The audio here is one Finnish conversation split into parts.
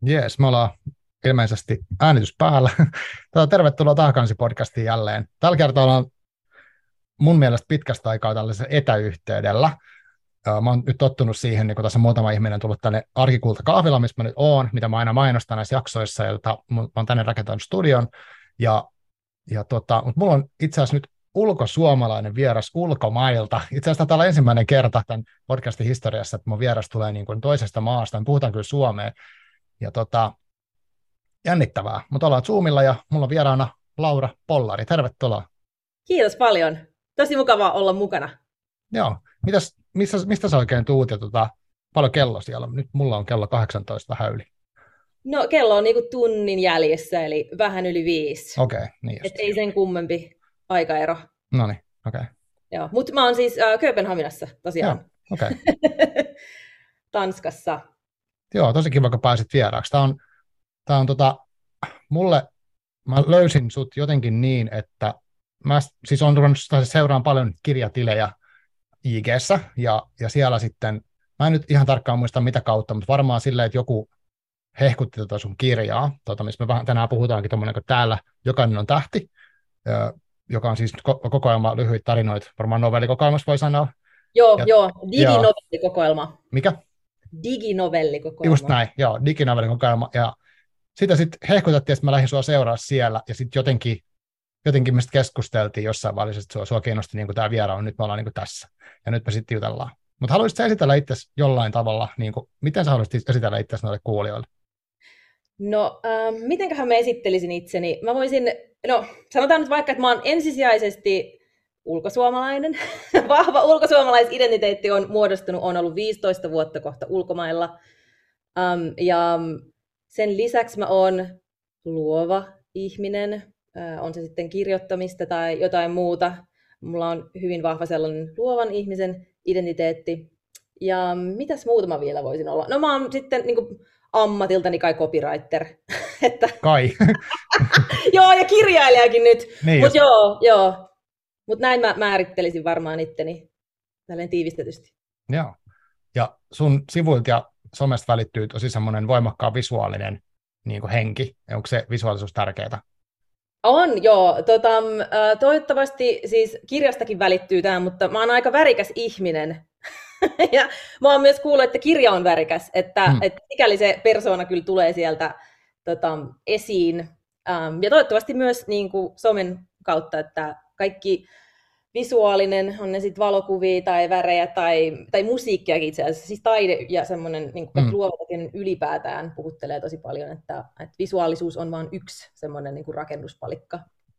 Jees, me ollaan ilmeisesti äänitys päällä. Tervetuloa Tahkansi-podcastiin jälleen. Tällä kertaa ollaan mun mielestä pitkästä aikaa tällaisella etäyhteydellä. Mä oon nyt tottunut siihen, niin kun tässä on muutama ihminen tullut tänne Arkikulta kahvila, missä mä nyt oon, mitä mä aina mainostan näissä jaksoissa, ja mä oon tänne rakentanut studion. Mutta mulla on itse asiassa nyt ulkosuomalainen vieras ulkomailta. Itse asiassa täällä on ensimmäinen kerta tämän podcastin historiassa, että mun vieras tulee niin kuin toisesta maasta. Me puhutaan kyllä suomea. Ja jännittävää, mutta ollaan Zoomilla ja mulla on vieraana Laura Pollari. Tervetuloa. Kiitos paljon. Tosi mukavaa olla mukana. Joo, mistä sä oikein tuut ja paljon kello siellä on? Nyt mulla on kello 18 vähän yli. No kello on niinku tunnin jäljessä, eli vähän yli 5. Okei, niin Et just. ei sen kummempi aikaero. No niin, okei. Joo, mutta mä oon siis Kööpenhaminassa Joo, tosiaan. okei. Tanskassa. Joo, tosi kiva, kun pääsit vieraaksi. Tää on mulle, mä löysin sut jotenkin niin, että mä siis on ruvennut seuraamaan paljon kirjatilejä IG:ssä ja siellä sitten, mä en nyt ihan tarkkaan muista mitä kautta, mutta varmaan silleen, että joku hehkutti sun kirjaa, missä me vähän tänään puhutaankin tuommoinen kuin Täällä jokainen on tähti, joka on siis kokoelma lyhyitä tarinoita, varmaan novellikokoelmassa voi sanoa. Joo, Ja, joo, ja diginovellikokoelma. mikä? Diginovellikokoelma. Just näin, joo, diginovellikokoelma. Ja sitä sitten hehkutettiin, että mä lähdin sua seuraa siellä, ja sitten jotenkin me sit keskusteltiin jossain vaiheessa, että sua kiinnosti niin tämä vieraana, nyt me ollaan niin tässä. Ja nyt me sitten jutellaan. Mutta haluaisitko esitellä itsesi jollain tavalla, niin kuin, miten sä haluaisit esitellä itsesi noille kuulijoille? No, mitenköhän mä esittelisin itseni? Mä voisin, no sanotaan nyt vaikka, että mä oon ensisijaisesti ulkosuomalainen. Vahva ulkosuomalaisidentiteetti on muodostunut, on ollut 15 vuotta kohta ulkomailla. Ja sen lisäksi mä oon luova ihminen, on se sitten kirjoittamista tai jotain muuta. Mulla on hyvin vahva sellainen luovan ihmisen identiteetti. Ja mitäs muuta mä vielä voisin olla? No mä oon sitten niin kuin ammatiltani kai copywriter. Että, Kai. joo, ja kirjailijakin nyt. Niin Mutta just. joo. Mut näin mä määrittelisin varmaan itteni tälleen tiivistetysti. Joo. Ja sun sivuilta ja somesta välittyy tosi semmoinen voimakkaan visuaalinen niin kuin henki. Onko se visuaalisuus tärkeää? On, joo. Toivottavasti siis kirjastakin välittyy tämä, mutta mä oon aika värikäs ihminen. Ja mä oon myös kuullut, että kirja on värikäs, että mikäli se persoona kyllä tulee sieltä esiin. Ja toivottavasti myös niin kuin somen kautta, että kaikki visuaalinen, on ne sitten valokuvia tai värejä tai musiikkiakin itse asiassa, siis taide ja semmoinen niin kuin luova tekeminen ylipäätään puhuttelee tosi paljon, että visuaalisuus on vain yksi semmoinen niin kuin rakennuspalikka.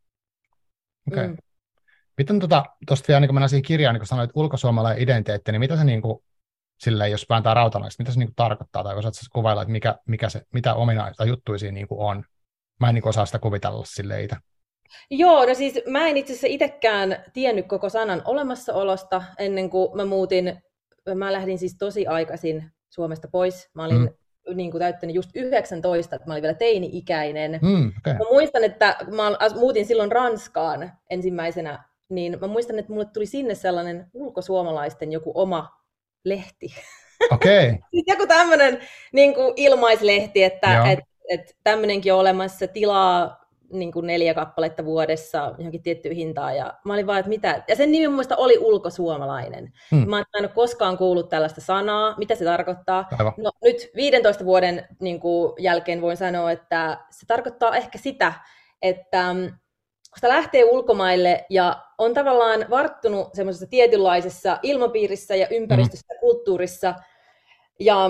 Okei. Miten tuosta vielä, niin kun mennään siihen kirjaan, niin kun sanoit ulkosuomalainen identiteetti, niin mitä se niin kuin, silleen, jos vääntää rautalangasta, mitä se niin kuin tarkoittaa, tai osaatko kuvailla, että mitä ominaista juttuja siinä niin kuin on? Mä en niin kuin osaa sitä kuvitella silleen itse. Joo, no siis mä en itse asiassa itsekään tiennyt koko sanan olemassaolosta ennen kuin mä lähdin siis tosi aikaisin Suomesta pois. Mä olin niin kuin täyttänyt just 19, että mä olin vielä teini-ikäinen. Okay. Mä muistan, että mä muutin silloin Ranskaan ensimmäisenä, niin mä muistan, että mulle tuli sinne sellainen ulkosuomalaisten joku oma lehti. Okei. Okay. Joku tämmöinen niin kuin ilmaislehti, että tämmöinenkin on olemassa, tilaa niin kuin 4 kappaletta vuodessa johonkin tiettyyn hintaan. Ja mä olin vaan, että mitä? Ja sen nimi mun mielestä oli ulkosuomalainen. Mä en ole koskaan kuullut tällaista sanaa. Mitä se tarkoittaa? Aivan. No nyt 15 vuoden niin kuin, jälkeen voin sanoa, että se tarkoittaa ehkä sitä, että kun sitä lähtee ulkomaille ja on tavallaan varttunut semmoisessa tietynlaisessa ilmapiirissä ja ympäristössä ja kulttuurissa, ja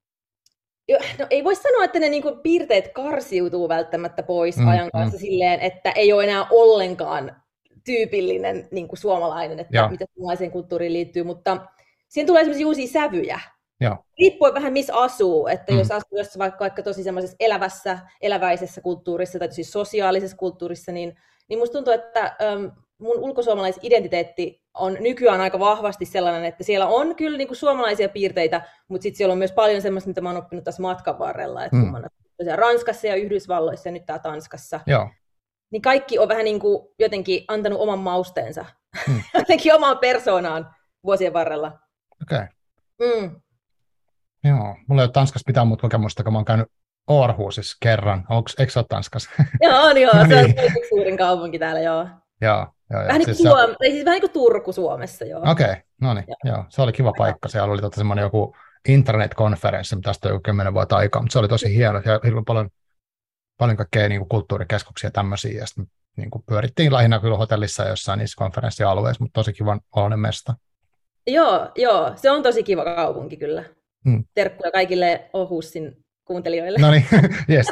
no, ei voi sanoa, että ne niinku piirteet karsiutuu välttämättä pois ajan kanssa silleen, että ei ole enää ollenkaan tyypillinen niinku suomalainen, että mitä suomalaiseen kulttuuriin liittyy, mutta siinä tulee semmoisia uusia sävyjä. Joo. Riippuen vähän missä asuu, että jos asuu jossain vaikka tosi semmoisessa eläväisessä kulttuurissa tai siis sosiaalisessa kulttuurissa, niin musta tuntuu, että mun ulkosuomalaisidentiteetti on nykyään aika vahvasti sellainen, että siellä on kyllä niin kuin suomalaisia piirteitä, mutta sitten siellä on myös paljon semmoista, mitä mä oon oppinut tässä matkan varrella, että kun mä oon Ranskassa ja Yhdysvalloissa ja nyt tää Tanskassa, niin kaikki on vähän niin kuin jotenkin antanut oman mausteensa, jotenkin omaan persoonaan vuosien varrella. Okei. Joo, mulla ei ole Tanskassa mitään muuta kokemusta, kun mä oon käynyt Aarhusissa kerran. Eikö se ole Tanskassa? Joo, No se on niin, toiseksi suurin kaupunki täällä, joo. joo. Vähän niin kuin Siis se, siis vähän niin kuin Turku Suomessa, joo. okei, no niin, Joo. joo. Se oli kiva paikka. Siellä oli semmoinen joku internet-konferenssi, mitä tästä on joku 10 vuotta aikaa, mutta se oli tosi hieno ja hirveän paljon kaikkea niin kuin kulttuurikeskuksia ja tämmöisiä. Ja sitten niin kuin pyörittiin lähinnä kyllä hotellissa ja jossain niissä konferenssialueissa, mutta tosi kivan oloinen mesta. Joo, se on tosi kiva kaupunki kyllä. Mm. Terkkuja kaikille Åhusin kuuntelijoille. No niin, jes.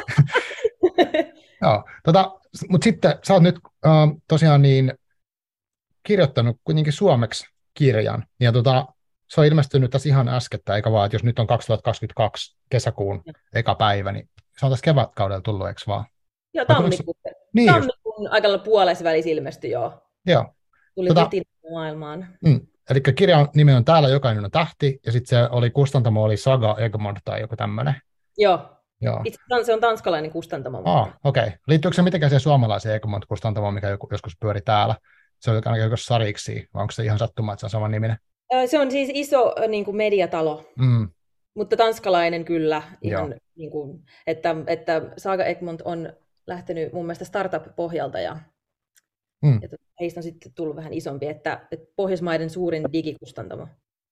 Joo, mutta sitten sä oot nyt tosiaan niin kirjoittanut kuitenkin suomeksi kirjan, ja se on ilmestynyt tässä ihan äskettä, eikä vaan, että jos nyt on 2022 kesäkuun eka päivä, niin se on tässä kevätkaudella tullut, eikö vaan? Joo, Niin just. tammikuun aika lailla puolessa välissä ilmestyi joo. Joo. Tuli maailmaan. Eli kirjan nimi on Täällä jokainen on tähti, ja sitten se oli kustantamo, oli Saga Egmont tai joku tämmöinen. Joo. Joo. Itse asiassa se on tanskalainen kustantamo. Okei. Okay. Liittyykö se mitenkään siihen suomalaiseen Egmont-kustantamoon, mikä joskus pyöri täällä? Se on ainakin joku sariksi, vai onko se ihan sattumaa, että se on saman niminen? Se on siis iso niin kuin mediatalo, mutta tanskalainen kyllä. Ihan, niin kuin, että Saga Egmont on lähtenyt mun mielestä startup-pohjalta ja heistä on sitten tullut vähän isompi, että Pohjoismaiden suurin digikustantamo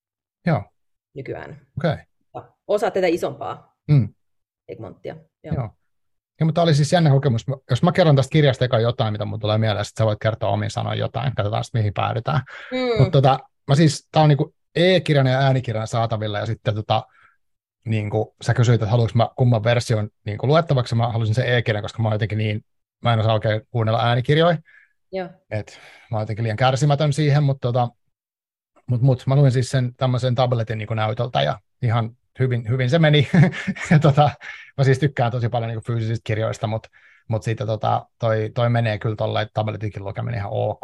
nykyään. Okay. Osa tätä isompaa Egmonttia. Joo. Ja, mutta oli siis jännä kokemus. Jos mä kerron tästä kirjasta eka jotain, mitä mun tulee mieleen, sitten sä voit kertoa omin sanoin jotain. Katsotaan sitten, mihin päädytään. Mutta tää on niinku e-kirjana ja äänikirjana saatavilla, ja sitten niinku, sä kysyit, että haluanko mä kumman version niinku luettavaksi, mä halusin sen e-kirjan, koska mä oon jotenkin niin, mä en osaa oikein kuunnella äänikirjoja. Et mä oon jotenkin liian kärsimätön siihen, mutta mä luin siis sen tämmöisen tabletin niin näytöltä, ja ihan hyvin se meni. Ja mä siis tykkään tosi paljon niin fyysisistä kirjoista, mutta siitä toi menee kyllä tuolla, että tabletikin lukeminen ihan ok.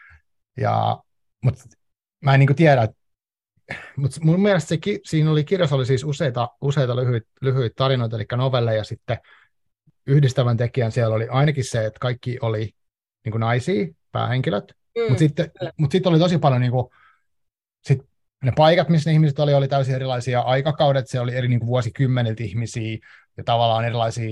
Mutta mä en niin tiedä, mutta mun mielestä siinä kirjassa oli siis useita lyhyitä tarinoita, eli novelleja, ja sitten yhdistävän tekijän siellä oli ainakin se, että kaikki oli niin naisia, päähenkilöt, mutta sitten oli tosi paljon sit ne paikat, missä ne ihmiset oli täysin erilaisia aikakaudet, se oli eri niin kuin vuosikymmeniltä ihmisiä ja tavallaan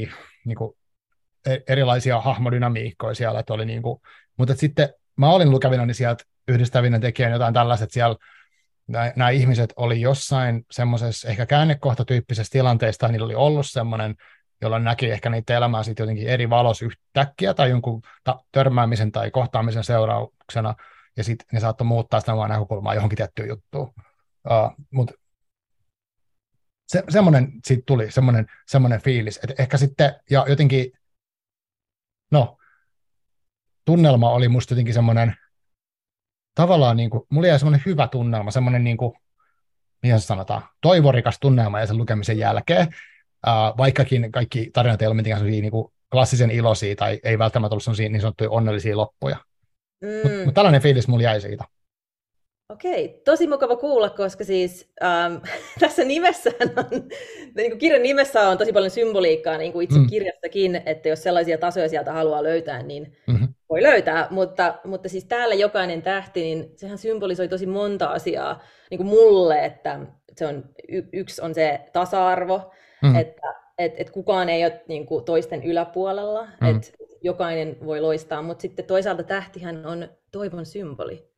erilaisia hahmodynamiikkoja siellä, että oli niin kuin, mutta sitten mä olin lukevinani sieltä yhdistävinen tekijän jotain tällaiset, että siellä nämä ihmiset oli jossain semmoisessa ehkä käännekohtatyyppisessä tilanteessa, tai niillä oli ollut semmoinen, jolloin näki ehkä niitä elämää sitten jotenkin eri valossa yhtäkkiä tai jonkun törmäämisen tai kohtaamisen seurauksena, ja sitten ne saattoi muuttaa sitä omaa näkökulmaa johonkin tiettyyn juttuun. Mutta semmoinen siitä tuli, semmoinen fiilis, että ehkä sitten, ja jotenkin, tunnelma oli musta jotenkin semmoinen, tavallaan niin kuin, mulla jäi semmoinen hyvä tunnelma, semmoinen niin kuin, miten se sanotaan, toivorikas tunnelma ja sen lukemisen jälkeen, vaikkakin kaikki tarinat ei ole mitenkään niin kuin klassisen iloisia tai ei välttämättä ollut sellaisia niin sanottuja onnellisia loppuja. Mutta tällainen fiilis mulla jäi siitä. Okei, tosi mukava kuulla, koska siis tässä nimessähän on, niin kuin kirjan nimessä on tosi paljon symboliikkaa, niin kuin itse kirjastakin, että jos sellaisia tasoja sieltä haluaa löytää, niin voi löytää, mutta siis täällä jokainen tähti, niin sehän symbolisoi tosi monta asiaa niin kuin mulle, että se on, yksi on se tasa-arvo, että kukaan ei ole niin kuin toisten yläpuolella, että jokainen voi loistaa, mutta sitten toisaalta tähtihän on toivon symboli.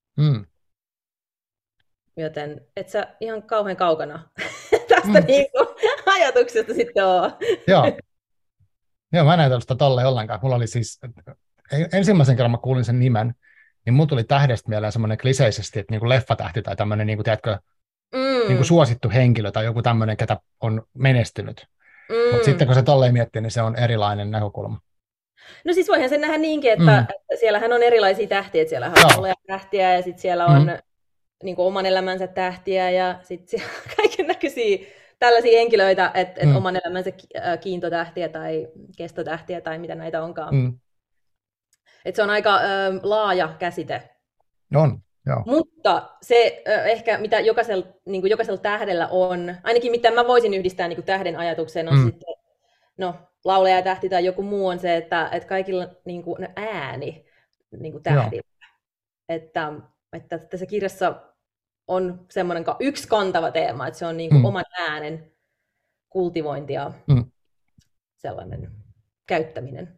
Joten et sä ihan kauhean kaukana tästä niinku ajatuksesta sitten ole. Joo, mä en ajatellut sitä tolleen ollenkaan. Mulla oli siis, ensimmäisen kerran mä kuulin sen nimen, niin mun tuli tähdestä mieleen semmoinen kliseisesti, että niinku leffatähti tai tämmöinen, niinku, tiedätkö, niinku suosittu henkilö tai joku tämmöinen, ketä on menestynyt. Mutta sitten kun se tolleen miettii, niin se on erilainen näkökulma. No siis voihan sen nähdä niinkin, että siellähän on erilaisia tähtiä, että siellä on tähtiä ja sitten siellä on niin kuin oman elämänsä tähtiä ja sitten siellä kaiken näköisiä tällaisia henkilöitä, että oman elämänsä kiintotähtiä tai kestotähtiä tai mitä näitä onkaan. Että se on aika laaja käsite. On, joo. Mutta se ehkä, mitä jokaisella tähdellä on, ainakin mitä mä voisin yhdistää niin kuin tähden ajatukseen, on sitten, laulajatähti tai joku muu on se, että kaikilla niin kuin ääni niin kuin tähdillä. Että tässä kirjassa on semmoinen yksi kantava teema, että se on niin kuin oman äänen kultivointia. sellainen käyttäminen.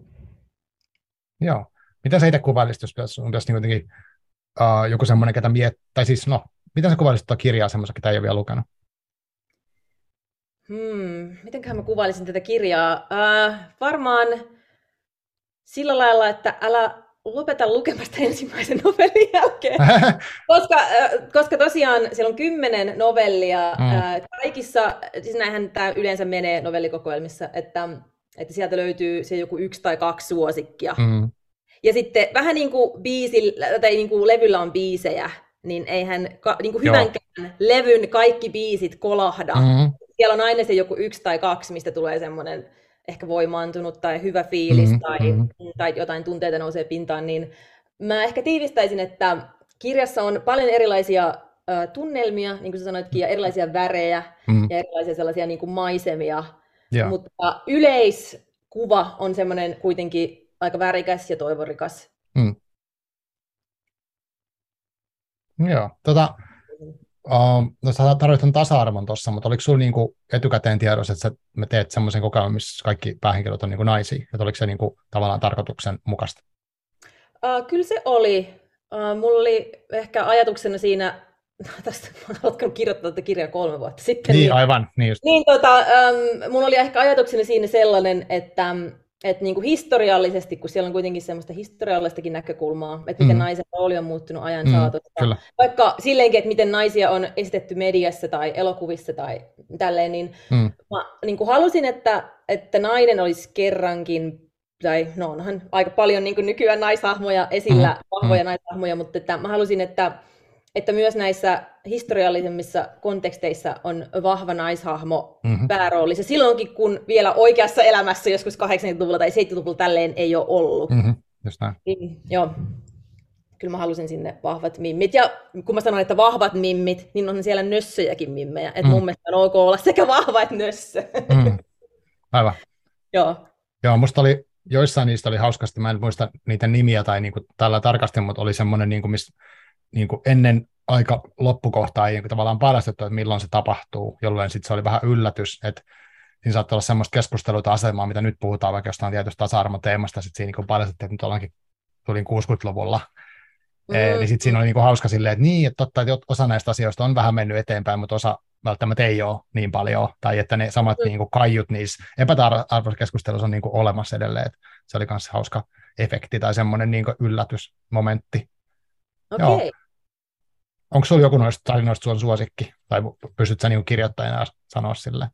Joo. Miten sä itse kuvailisit, jos sun pitäisi niin jotenkin joku semmoinen, ketä tai siis no, miten sä kuvailisit tuota kirjaa semmoisen, ketä ei ole vielä lukenut? Mitenköhän mä kuvailisin tätä kirjaa? Varmaan sillä lailla, että älä lopeta lukemasta ensimmäisen novellin jälkeen. koska tosiaan siellä on 10 novellia. Kaikissa, siis näinhän tämä yleensä menee novellikokoelmissa, että sieltä löytyy se joku 1 tai 2 suosikkia. Ja sitten vähän niin kuin niin kuin levyllä on biisejä, niin eihän niin kuin hyvänkään levyn kaikki biisit kolahda. Siellä on aina se joku 1 tai 2, mistä tulee semmoinen ehkä voimaantunut tai hyvä fiilis tai jotain tunteita nousee pintaan. Niin mä ehkä tiivistäisin, että kirjassa on paljon erilaisia tunnelmia, niin kuin sä sanoitkin, ja erilaisia värejä ja erilaisia sellaisia niin kuin maisemia. Mutta yleiskuva on semmoinen kuitenkin aika värikäs ja toivorikas. Joo, no sä tarvitset ton tasa-arvon tuossa, mutta oliko sulla niinku etukäteen tiedossa, että me teet semmoisen kokeilun, missä kaikki päähenkilöt on niinku naisia? Että oliko se niinku tavallaan tarkoituksen mukaista? Kyllä se oli. Mulla oli ehkä ajatuksena siinä, tästä mä olen alkanut kirjoittaa tätä kirjaa 3 vuotta sitten. Niin aivan. Niin just. Mulla oli ehkä ajatuksena siinä sellainen, että niin kuin historiallisesti, kun siellä on kuitenkin semmoista historiallistakin näkökulmaa, että miten naisen rooli on muuttunut ajan saatossa. Kyllä. Vaikka silleenkin, että miten naisia on esitetty mediassa tai elokuvissa tai tälleen, niin mä niin kuin halusin, että nainen olisi kerrankin, tai no onhan aika paljon niin kuin nykyään naishahmoja esillä, vahvoja naishahmoja, mutta että mä halusin, että myös näissä historiallisemmissa konteksteissa on vahva naishahmo pääroolissa. Silloinkin, kun vielä oikeassa elämässä joskus 80-luvulla tai 70-luvulla tälleen ei ole ollut. Just näin. Joo. Kyllä mä halusin sinne vahvat mimmit. Ja kun mä sanon, että vahvat mimmit, niin on siellä nössöjäkin mimmejä. Että mun mielestä on ok olla sekä vahva että nössö. Aivan. Joo, musta oli, joissain niistä oli hauskasti, mä en muista niitä nimiä tai niinku tällä tarkasti, mutta oli semmoinen, niinku, missä niinku ennen aika loppukohtaa ei niinku tavallaan paljastettu, että milloin se tapahtuu, jolloin sitten se oli vähän yllätys, että siinä saattoi olla semmoista keskustelua tai asemaa, mitä nyt puhutaan vaikka jostain tietystä tasa-arvoteemasta, sitten siinä niinku paljastettiin, että nyt ollaankin tulin 60-luvulla. Niin sitten siinä oli niinku hauska silleen, että niin, että totta, että osa näistä asioista on vähän mennyt eteenpäin, mutta osa välttämättä ei ole niin paljon, tai että ne samat niinku kaiut niissä epätasa-arvoisissa keskusteluissa on niinku olemassa edelleen. Että se oli myös hauska efekti tai semmoinen niinku yllätysmomentti. Okei. Onko sinulla joku noista tarinoista sun suosikki, tai pystyt sä niinku kirjoittajana sanoa silleen?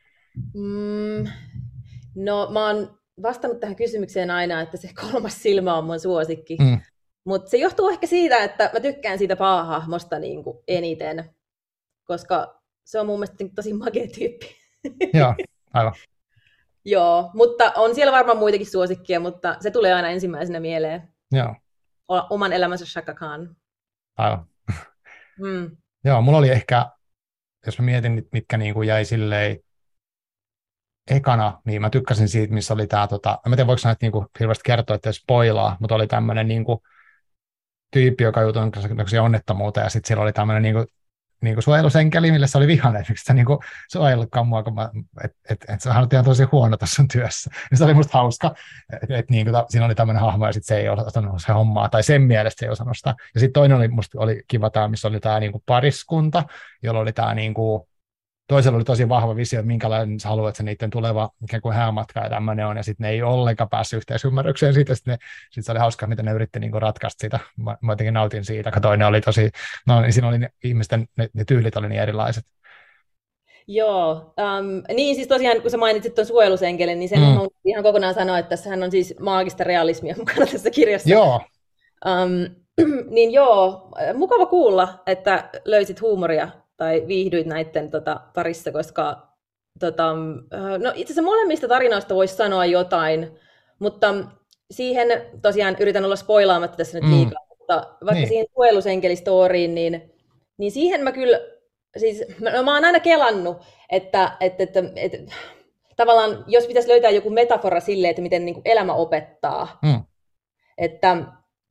No mä oon vastannut tähän kysymykseen aina, että se 3. silmä on mun suosikki. Mutta se johtuu ehkä siitä, että mä tykkään siitä päähahmosta niin kuin eniten, koska se on mun mielestä tosi makea tyyppi. Joo, aivan. Joo, mutta on siellä varmaan muitakin suosikkia, mutta se tulee aina ensimmäisenä mieleen. Joo. Oman elämänsä Chaka Khan. Aivan. Joo, mulla oli ehkä, jos mä mietin, mitkä niin kuin jäi silleen ekana, niin mä tykkäsin siitä, missä oli tää, en tiedä voiko näitä niin kuin hirveästi kertoa, ettei spoilaa, mutta oli tämmöinen niin kuin tyyppi, joka joutui onnettomuuteen, ja sitten siellä oli tämmöinen niin kuin suojelusenkeli, millä se oli vihainen, miksi sä niin suojellutkaan mua, että sä olet ihan tosi huono tässä sun työssä. Ja se oli musta hauska, että niin kuin, siinä oli tämmöinen hahmo, ja sitten se ei osannut se hommaa, tai sen mielestä se ei osannut sitä. Ja sitten toinen oli, musta oli kiva tämä, missä oli tämä niin kuin pariskunta, jolla oli tämä niin kuin, toisella oli tosi vahva visio, että minkälainen sä haluat, että se niiden tuleva ikään kuin häämatka ja tämmöinen on, ja sitten ne ei ollenkaan päässyt yhteisymmärrykseen siitä, sitten se oli hauskaa, miten ne yritti niin kuin ratkaista sitä. Mä jotenkin nautin siitä, kun toinen oli tosi, no siinä oli ihmisten, ne tyylit oli niin erilaiset. Joo, niin siis tosiaan, kun sä mainitsit tuon suojelusenkelin, niin sen on ihan kokonaan sanoa, että tässähän on siis maagista realismia mukana tässä kirjassa. Joo. Niin joo, mukava kuulla, että löysit huumoria tai viihdyit näiden parissa, koska no itse asiassa molemmista tarinoista voisi sanoa jotain, mutta siihen tosiaan yritän olla spoilaamatta tässä nyt liikaa, mutta vaikka siihen suojelusenkelistoriin, niin siihen mä kyllä, siis mä oon aina kelannut, että tavallaan jos pitäisi löytää joku metafora sille, että miten niin kuin elämä opettaa, että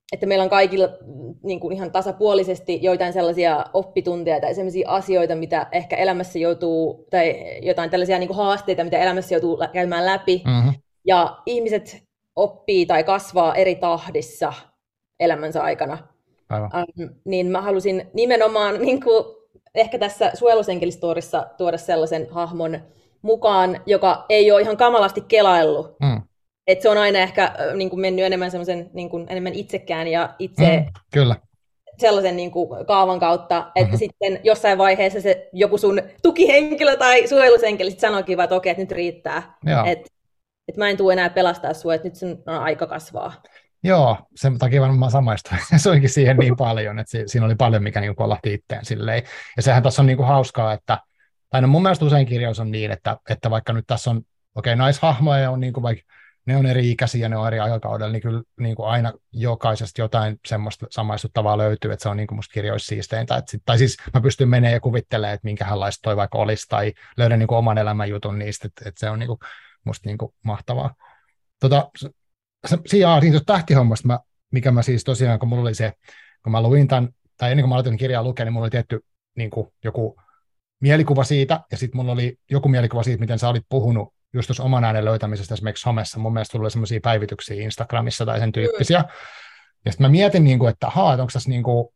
että meillä on kaikilla niin kuin ihan tasapuolisesti joitain sellaisia oppitunteja tai sellaisia asioita, mitä ehkä elämässä joutuu, tai jotain tällaisia niin kuin haasteita, mitä elämässä joutuu käymään läpi. Mm-hmm. Ja ihmiset oppii tai kasvaa eri tahdissa elämänsä aikana. Niin mä halusin nimenomaan niin kuin ehkä tässä suojelusenkelistorissa tuoda sellaisen hahmon mukaan, joka ei ole ihan kamalasti kelaillut. Että se on aina ehkä niin kuin mennyt enemmän semmoisen niin kuin enemmän itsekään ja itse kyllä. sellaisen niin kuin kaavan kautta, että sitten jossain vaiheessa se joku sun tukihenkilö tai suojelusenkeli sitten sanoikin, että okei, että nyt riittää. Että mä en tule enää pelastaa sua, että nyt sun on aika kasvaa. Joo, sen takia varmaan samaistuin soinkin siihen niin paljon, että siinä oli paljon, mikä niin kolahti itteen silleen. Ja sehän tässä on niin kuin hauskaa, että tai no mun mielestä usein kirjoissa on niin, että vaikka nyt tässä on naishahmoja on niin kuin vaikka ne on eri ikäisiä, ne on eri aikakaudella, niin kyllä niin kuin aina jokaisesta jotain semmoista samaistuttavaa löytyy, että se on niin kuin musta kirjoissa siisteintä. Tai siis mä pystyn menemään ja kuvittelemaan, että minkälaista toi vaikka olisi, tai löydän niin kuin oman elämän jutun niistä, että se on niin kuin musta niin kuin mahtavaa. Siinä tähtihommasta, mikä mä siis tosiaan, kun mulla oli se, kun mä luin tämän, tai ennen kuin mä aloitin kirjaa lukea, niin mulla oli tietty niin kuin joku mielikuva siitä, ja sitten mulla oli joku mielikuva siitä, miten sä olit puhunut just tuossa oman äänen löytämisestä esimerkiksi somessa. Mun mielestä tuli semmoisia päivityksiä Instagramissa tai sen tyyppisiä. Ja sitten mä mietin, niin kuin, että onko tässä, niin kuin,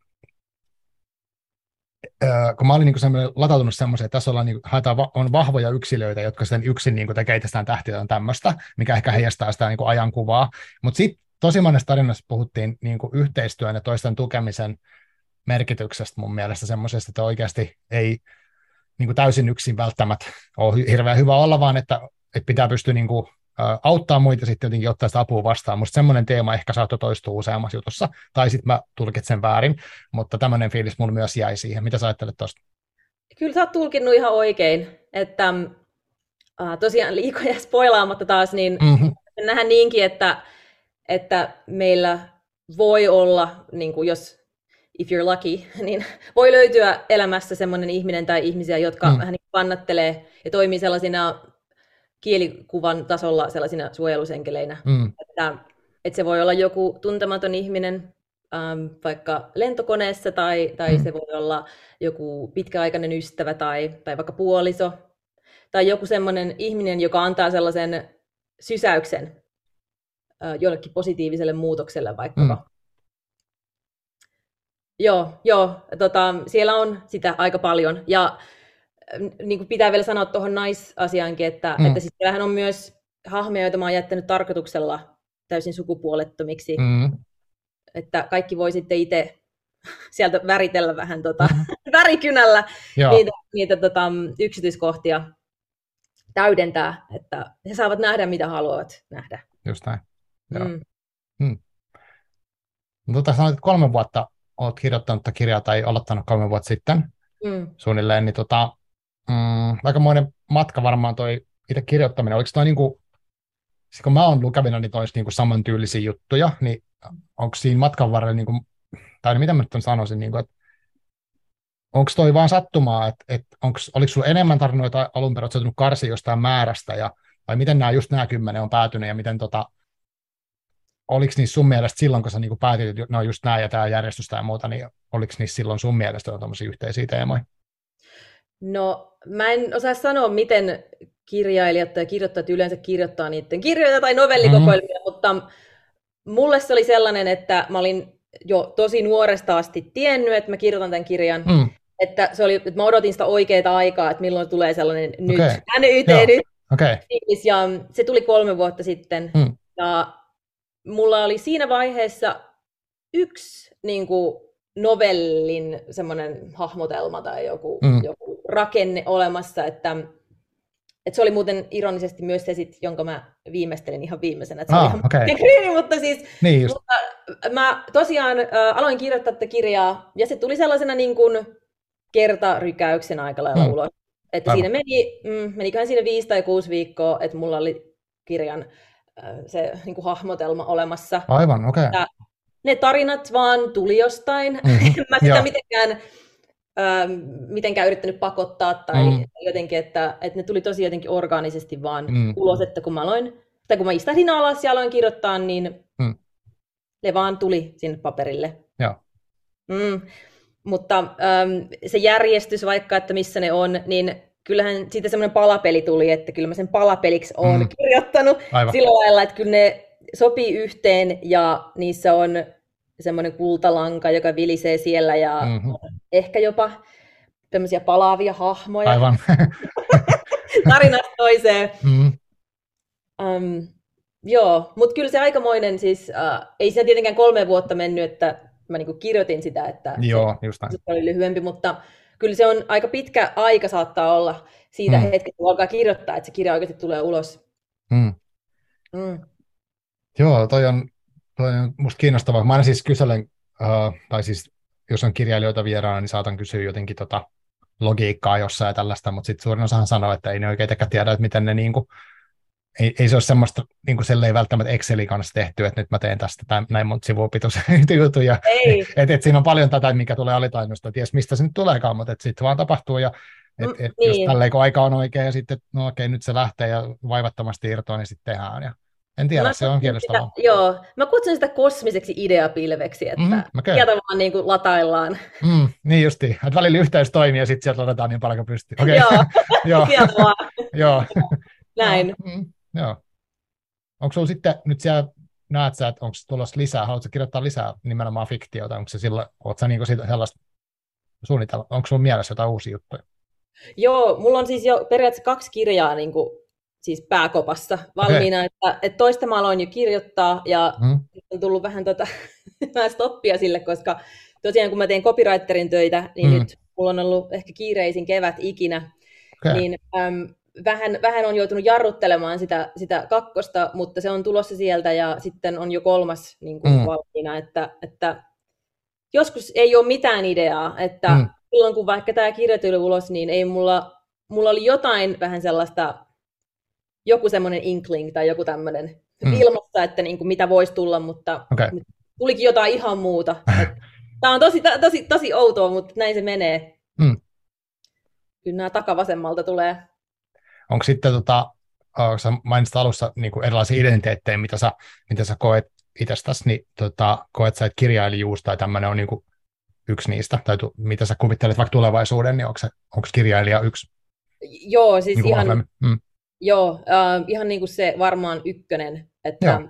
kun mä olin niin kuin latautunut semmoiseen, että tässä on vahvoja yksilöitä, jotka sitten yksin niin kuin tekee itsestään tähtiötä tämmöistä, mikä ehkä heijastaa sitä niin kuin ajankuvaa. Mutta sitten tosi monessa tarinassa puhuttiin niin kuin yhteistyön ja toisten tukemisen merkityksestä mun mielestä semmoisesta, että oikeasti ei niin kuin täysin yksin välttämättä ole hirveän hyvä olla, vaan että pitää pystyä niin kuin auttaa muita sitten jotenkin ottaa sitä apua vastaan. Musta semmoinen teema ehkä saattoi toistua useammassa jutussa, tai sitten mä tulkitsen väärin, mutta tämmöinen fiilis mulla myös jäi siihen. Mitä sä ajattelet tuosta? Kyllä sä oot tulkinnut ihan oikein, että tosiaan liikoja spoilaamatta taas, niin nähdään niinkin, että meillä voi olla, niin kuin jos if you're lucky, niin voi löytyä elämässä semmoinen ihminen tai ihmisiä, jotka vähän niin kannattelee ja toimii sellaisina kielikuvan tasolla sellaisina suojelusenkeleinä. Että se voi olla joku tuntematon ihminen vaikka lentokoneessa tai se voi olla joku pitkäaikainen ystävä tai vaikka puoliso tai joku semmoinen ihminen, joka antaa sellaisen sysäyksen jollekin positiiviselle muutokselle vaikkapa. Joo, siellä on sitä aika paljon. Ja niin kuin pitää vielä sanoa tuohon naisasiaankin, että siis siellähän on myös hahmoja, joita mä oon jättänyt tarkoituksella täysin sukupuolettomiksi. Että kaikki voi sitten itse sieltä väritellä vähän värikynällä niitä yksityiskohtia täydentää, että he saavat nähdä, mitä haluavat nähdä. Just näin. Sanoit, että 3 vuotta olet kirjoittanut kirjaa tai aloittanut 3 vuotta sitten suunnilleen, niin aikamoinen matka varmaan toi itse kirjoittaminen. Oliko toi niinku, kun mä oon lukevina, niin tois niinku samantyylisiä juttuja, niin onko siinä matkan varrella, niinku, tai mitä mä nyt sanoisin, niinku, että onko toi vaan sattumaa, että oliko sulla enemmän tarinoita alun perin, oletko karsia jostain määrästä, vai miten nämä 10 on päätynyt, ja miten oliko niissä sun mielestä silloin, kun sä niinku päätit, että ne on just nämä ja tämä järjestystä ja muuta, niin oliko niissä silloin sun mielestä tämmöisiä yhteisiä teemoja? No, mä en osaa sanoa, miten kirjailijat tai kirjoittajat yleensä kirjoittaa niiden kirjoja tai novellikokoelmia, mutta mulle se oli sellainen, että mä olin jo tosi nuoresta asti tiennyt, että mä kirjoitan tämän kirjan. Että mä odotin sitä oikeaa aikaa, että milloin tulee sellainen nyt, nyt. Ja se tuli 3 vuotta sitten. Ja mulla oli siinä vaiheessa yksi niin kuin novellin semmoinen hahmotelma tai joku rakenne olemassa, että se oli muuten ironisesti myös se, jonka mä viimeistelin ihan viimeisenä. Että se oli ihan kryyni, mutta siis mutta mä tosiaan aloin kirjoittaa tätä kirjaa, ja se tuli sellaisena niin kuin kertarykäyksen aika lailla ulos. Että siinä meniköhän siinä 5 tai 6 viikkoa, että mulla oli kirjan se niin kuin hahmotelma olemassa. Aivan, okei. Ne tarinat vaan tuli jostain. En mä sitä mitenkään yrittänyt pakottaa tai jotenkin, että ne tuli tosi jotenkin orgaanisesti vaan ulos, että kun mä istahdin alas ja aloin kirjoittaa, niin Ne vaan tuli sinne paperille. Joo. Mm. Mutta se järjestys vaikka, että missä ne on, niin kyllähän siitä semmoinen palapeli tuli, että kyllä mä sen palapeliksi olen kirjoittanut Aivan. sillä lailla, että kyllä ne sopii yhteen ja niissä on semmoinen kultalanka, joka vilisee siellä ja ehkä jopa tämmöisiä palaavia hahmoja. Aivan. Tarinasta toiseen. Joo, mutta kyllä se aikamoinen, siis ei siinä tietenkään 3 vuotta mennyt, että mä niinku kirjoitin sitä, että se oli lyhyempi, mutta kyllä se on aika pitkä aika saattaa olla siitä hetkestä, kun alkaa kirjoittaa, että se kirja oikeasti tulee ulos. Joo, toi on musta kiinnostavaa. Mä aina siis kyselen, tai siis jos on kirjailijoita vieraana, niin saatan kysyä jotenkin logiikkaa jossain ja tällaista, mutta sitten suurin osahan sanoo, että ei ne oikein tiedä, että miten ne niinku, ei se ole semmoista niinku ei välttämättä Excelin kanssa tehty, että nyt mä teen tästä näin monta sivua pituisia juttuja. Et siinä on paljon tätä, mikä tulee alitainnosta, ties mistä se nyt tuleekaan, mutta sitten vaan tapahtuu ja jos tälleen kun aika on oikein ja sitten no okei, nyt se lähtee ja vaivattomasti irtoaa, niin sitten tehdään. Ja en tiedä, se on kiinnostavaa. Joo, mä kutsun sitä kosmiseksi ideapilveksi, että sieltä vaan niin kuin lataillaan. Niin justiin, että välillä yhteys toimii ja sitten sieltä laitetaan niin paljon kuin pystyy. Okay. Joo, sieltä vaan. Joo. Näin. Joo. Onko sulla sitten, nyt siellä näet sä, että onko tulossa lisää, haluatko kirjoittaa lisää nimenomaan fiktiota, onko se silloin, oletko sä niin sellaista suunnitella, onko sulla mielessä jotain uusia juttuja? Joo, mulla on siis jo periaatteessa 2 kirjaa niin kuin, siis pääkopassa valmiina, että toista mä aloin jo kirjoittaa ja on tullut vähän stoppia sille, koska tosiaan kun mä teen copywriterin töitä, niin nyt mulla on ollut ehkä kiireisin kevät ikinä, niin vähän on joutunut jarruttelemaan sitä 2, mutta se on tulossa sieltä ja sitten on jo 3 niin kuin valmiina, että joskus ei ole mitään ideaa, että silloin kun vaikka tämä kirja tuli ulos, niin ei mulla oli jotain vähän sellaista, joku semmoinen inkling tai joku tämmöinen ilmassa, että niin kuin mitä voisi tulla, mutta tulikin jotain ihan muuta. Tämä on tosi outoa, mutta näin se menee. Kyllä nämä takavasemmalta tulee. Onko sitten, sä mainitsit alussa niin kuin erilaisia identiteettejä, mitä sä koet itsestäsi, niin koet sä, että kirjailijuus tai tämmöinen on niin kuin yksi niistä, tai mitä sä kuvittelet vaikka tulevaisuuden, niin onko kirjailija yksi? Joo, siis niin ihan niin kuin se varmaan ykkönen, että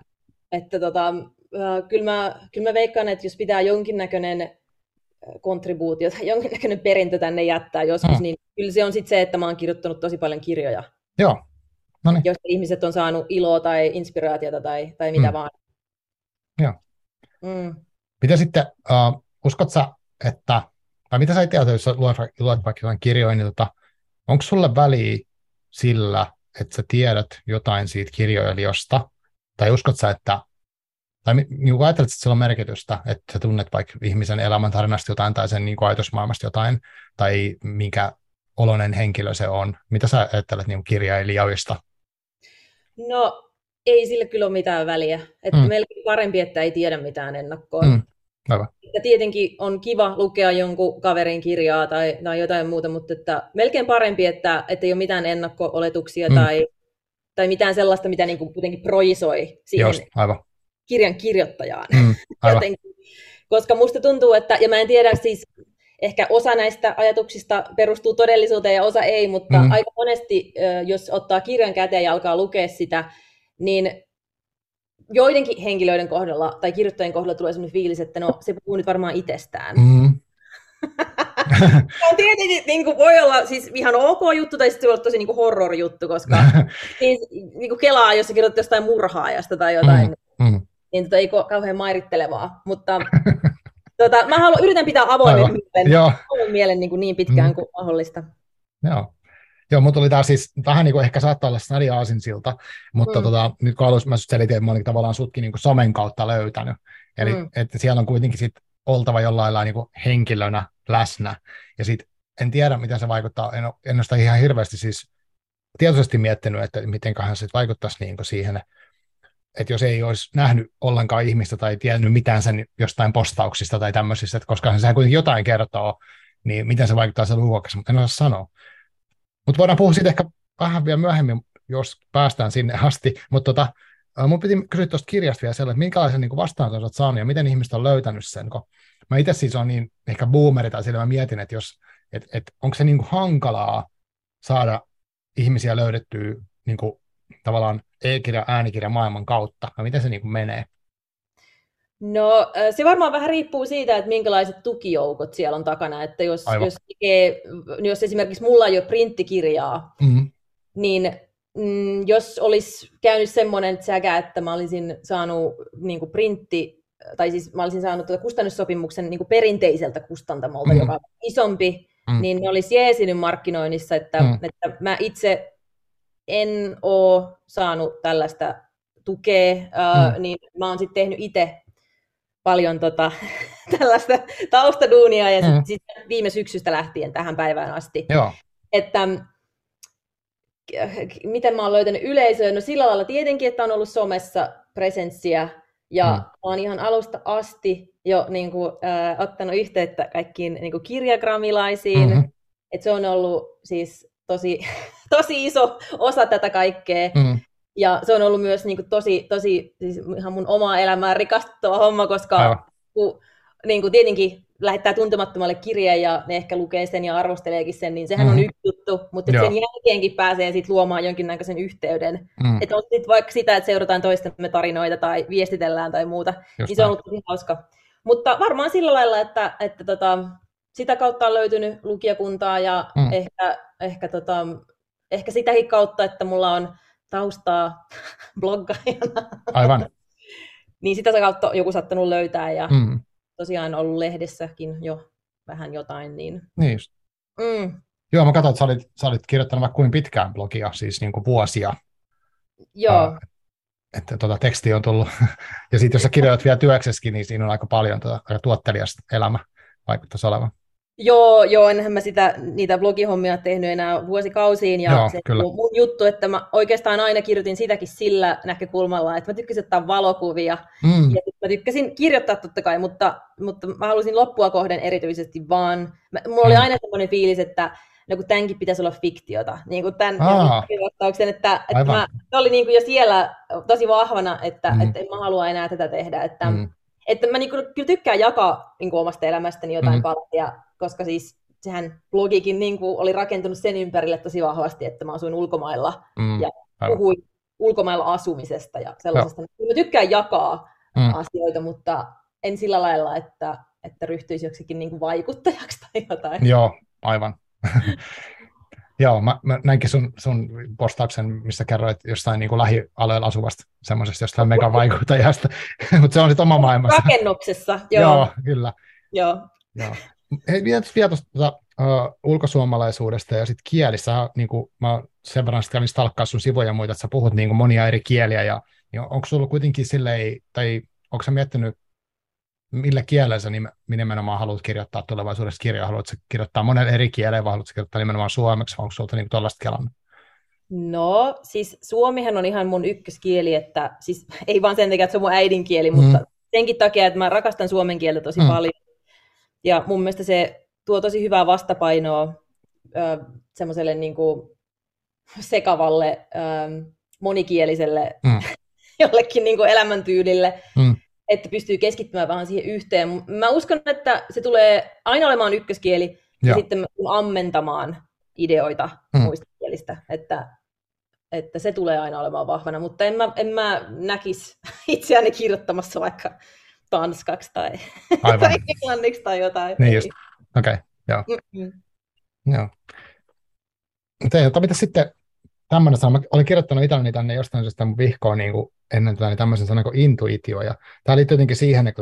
kyllä mä veikkaan, että jos pitää jonkinnäköinen kontribuutio tai jonkinnäköinen perintö tänne jättää joskus, niin kyllä se on sitten se, että mä oon kirjoittanut tosi paljon kirjoja. Joo. Noniin. Joista ihmiset on saanut iloa tai inspiraatiota tai mitä vaan. Joo. Mitä sitten, uskot sä, että, tai mitä sä itse ajattelet, jos sä luet vaikka jotain kirjoja, niin onko sulle väliä sillä, että sä tiedät jotain siitä kirjoilijasta, tai uskot sä, että, tai niin ajattelet, että sillä on merkitystä, että sä tunnet vaikka ihmisen elämäntarinasta jotain, tai sen niin ajatusmaailmasta jotain, tai minkä oloinen henkilö se on. Mitä sä ajattelet niin kirjailijoista? No, ei sillä kyllä ole mitään väliä. Että melkein parempi, että ei tiedä mitään ennakkoon. Ja tietenkin on kiva lukea jonkun kaverin kirjaa tai jotain muuta, mutta että melkein parempi, että ei ole mitään ennakko-oletuksia tai mitään sellaista, mitä niin kuin kuitenkin projisoi siihen kirjan kirjoittajaan. Koska musta tuntuu, että, ja mä en tiedä siis, ehkä osa näistä ajatuksista perustuu todellisuuteen ja osa ei, mutta aika monesti, jos ottaa kirjan käteen ja alkaa lukea sitä, niin joidenkin henkilöiden kohdalla tai kirjoittajien kohdalla tulee sellainen fiilis, että no se puhuu nyt varmaan itsestään. On tietenkin niin kuin voi olla siis ihan ok juttu tai sitten se voi olla tosi niin kuin horror-juttu, koska niin kuin kelaa, jos sä kirjoitat jostain murhaajasta tai jotain, niin ei kauhean mairittelevaa. Mutta mä yritän pitää avoimen mielen niin pitkään kuin mahdollista. Joo, mun tuli taas siis vähän niin kuin ehkä saattaa olla snadia aasinsilta, mutta nyt kun alussa mä selitin, että mä olin tavallaan sutkin niin kuin somen kautta löytänyt. Eli että siellä on kuitenkin sit oltava jollain lailla niin kuin henkilönä läsnä. Ja sitten en tiedä, miten se vaikuttaa. En ole sitä ihan hirveästi siis tietoisesti miettinyt, että mitenköhän se vaikuttaisi niin kuin siihen, että jos ei olisi nähnyt ollenkaan ihmistä tai tiennyt mitään sen jostain postauksista tai tämmöisistä, että koska sehän kuitenkin jotain kertoo, niin miten se vaikuttaa sen luokassa, mutta en osaa sanoa. Mutta voidaan puhua siitä ehkä vähän vielä myöhemmin, jos päästään sinne asti, mutta Mun piti kysyä tuosta kirjasta vielä sellainen, että minkälaisen niin vastaanoton olet saanut ja miten ihmiset on löytänyt sen, kun mä itse siis on niin ehkä boomeri tai sillä mä mietin, että onko se niin kuin hankalaa saada ihmisiä löydettyä niin kuin, tavallaan e-kirja, äänikirja maailman kautta, ja miten se niin kuin menee? No se varmaan vähän riippuu siitä, että minkälaiset tukijoukot siellä on takana, että jos esimerkiksi mulla ei ole printtikirjaa, niin jos olisi käynyt semmoinen säkä, että mä olisin saanut niin kuin tai siis mä olisin saanut kustannussopimuksen niin kuin perinteiseltä kustantamolta, joka on isompi, niin ne olisi jeesinyt markkinoinnissa, että mä itse en ole saanut tällaista tukea, niin mä oon sitten tehnyt itse paljon tällaista taustaduunia ja sitten viime syksystä lähtien tähän päivään asti. Joo. Että miten mä oon löytänyt yleisöä? No sillä lailla tietenkin, että on ollut somessa presenssiä ja mä oon ihan alusta asti jo niin kuin, ottanut yhteyttä kaikkiin niin kuin kirjagramilaisiin. Että se on ollut siis tosi iso osa tätä kaikkea. Ja se on ollut myös niin kuin tosi siis ihan mun omaa elämää rikastuttava homma, koska niin kuin tietenkin lähettää tuntemattomalle kirjeen ja ne ehkä lukee sen ja arvosteleekin sen, niin sehän on yksi juttu, mutta sen jälkeenkin pääsee sit luomaan jonkinnäköisen yhteyden. Että on sit vaikka sitä, että seurataan toistemme tarinoita tai viestitellään tai muuta, niin se on ollut tosi hauska. Mutta varmaan sillä lailla, että sitä kautta on löytynyt lukijakuntaa ja ehkä sitäkin kautta, että mulla on taustaa bloggaajana. Aivan. Niin sitä kautta joku saattanut löytää ja tosiaan ollut lehdessäkin jo vähän jotain. Niin just. Joo, mä katsoin, että sä olit kirjoittanut vaikka kuin pitkään blogia, siis niin kuin vuosia. Joo. Että tekstiä on tullut. Ja sitten jos sä kirjoitat vielä työksessäkin, niin siinä on aika paljon aika tuotteliasta elämä vaikuttaisi olevan. Joo, enhän mä niitä blogihommia tehnyt enää vuosikausiin, ja joo, se kyllä. on mun juttu, että mä oikeastaan aina kirjoitin sitäkin sillä näkökulmalla, että mä tykkäsin ottaa valokuvia, ja mä tykkäsin kirjoittaa totta kai, mutta mä halusin loppua kohden erityisesti vaan, mulla oli aina semmoinen fiilis, että no kun tämänkin pitäisi olla fiktiota, niin kuin tämän kirjoittauksen, että se oli niin kuin jo siellä tosi vahvana, että en mä halua enää tätä tehdä, että mä niin kyllä tykkään jakaa niin omasta elämästäni jotain palasia, koska siis sehän blogikin niin oli rakentunut sen ympärille tosi vahvasti, että mä asuin ulkomailla ja puhuin ulkomailla asumisesta ja sellaisesta. Mä tykkään jakaa asioita, mutta en sillä lailla, että ryhtyisi joksikin niin vaikuttajaksi tai jotain. Joo, aivan. Joo, mä näinkin sun postauksen, missä kerroit jostain niin kuin lähialueella asuvasta semmoisesta jostain megavaikuttajasta, mutta se on sitten oma maailmassa. Rakennuksessa, joo. Joo, kyllä. Joo. Hei, vielä tuosta ulkosuomalaisuudesta ja sitten kielissä, niin kuin mä sen verran kävin stalkkaa sun sivuja ja muita, että sä puhut niin kuin monia eri kieliä, ja niin onko sulla kuitenkin silleen, tai onko sä miettinyt, millä kielellä sä nimenomaan haluat kirjoittaa tulevaisuudessa kirjoja? Haluatko kirjoittaa monella eri kielellä vai haluatko kirjoittaa nimenomaan suomeksi, vai onko sulta niin tuollaista kelannut? No, siis suomihan on ihan mun ykköskieli, että siis ei vaan sen takia, että se on mun äidinkieli, mutta senkin takia, että mä rakastan suomen kieltä tosi paljon. Ja mun mielestä se tuo tosi hyvää vastapainoa semmoiselle niin kuin sekavalle, monikieliselle jollekin niin kuin elämäntyylille, että pystyy keskittymään vähän siihen yhteen. Mä uskon, että se tulee aina olemaan ykköskieli ja sitten ammentamaan ideoita muista kielistä, että se tulee aina olemaan vahvana, mutta en mä näkisi itseäni kirjoittamassa vaikka tanskaksi tai englanniksi tai jotain. Niin just, okei, joo. Joo. Mutta mitä sitten tämmöinen sana, mä olin kirjoittanut itselleni tänne jostain syystä mun vihkoon niin kuin ennen tätä, niin tämmöisen sanan kuin intuitio, ja tämä liittyy jotenkin siihen, että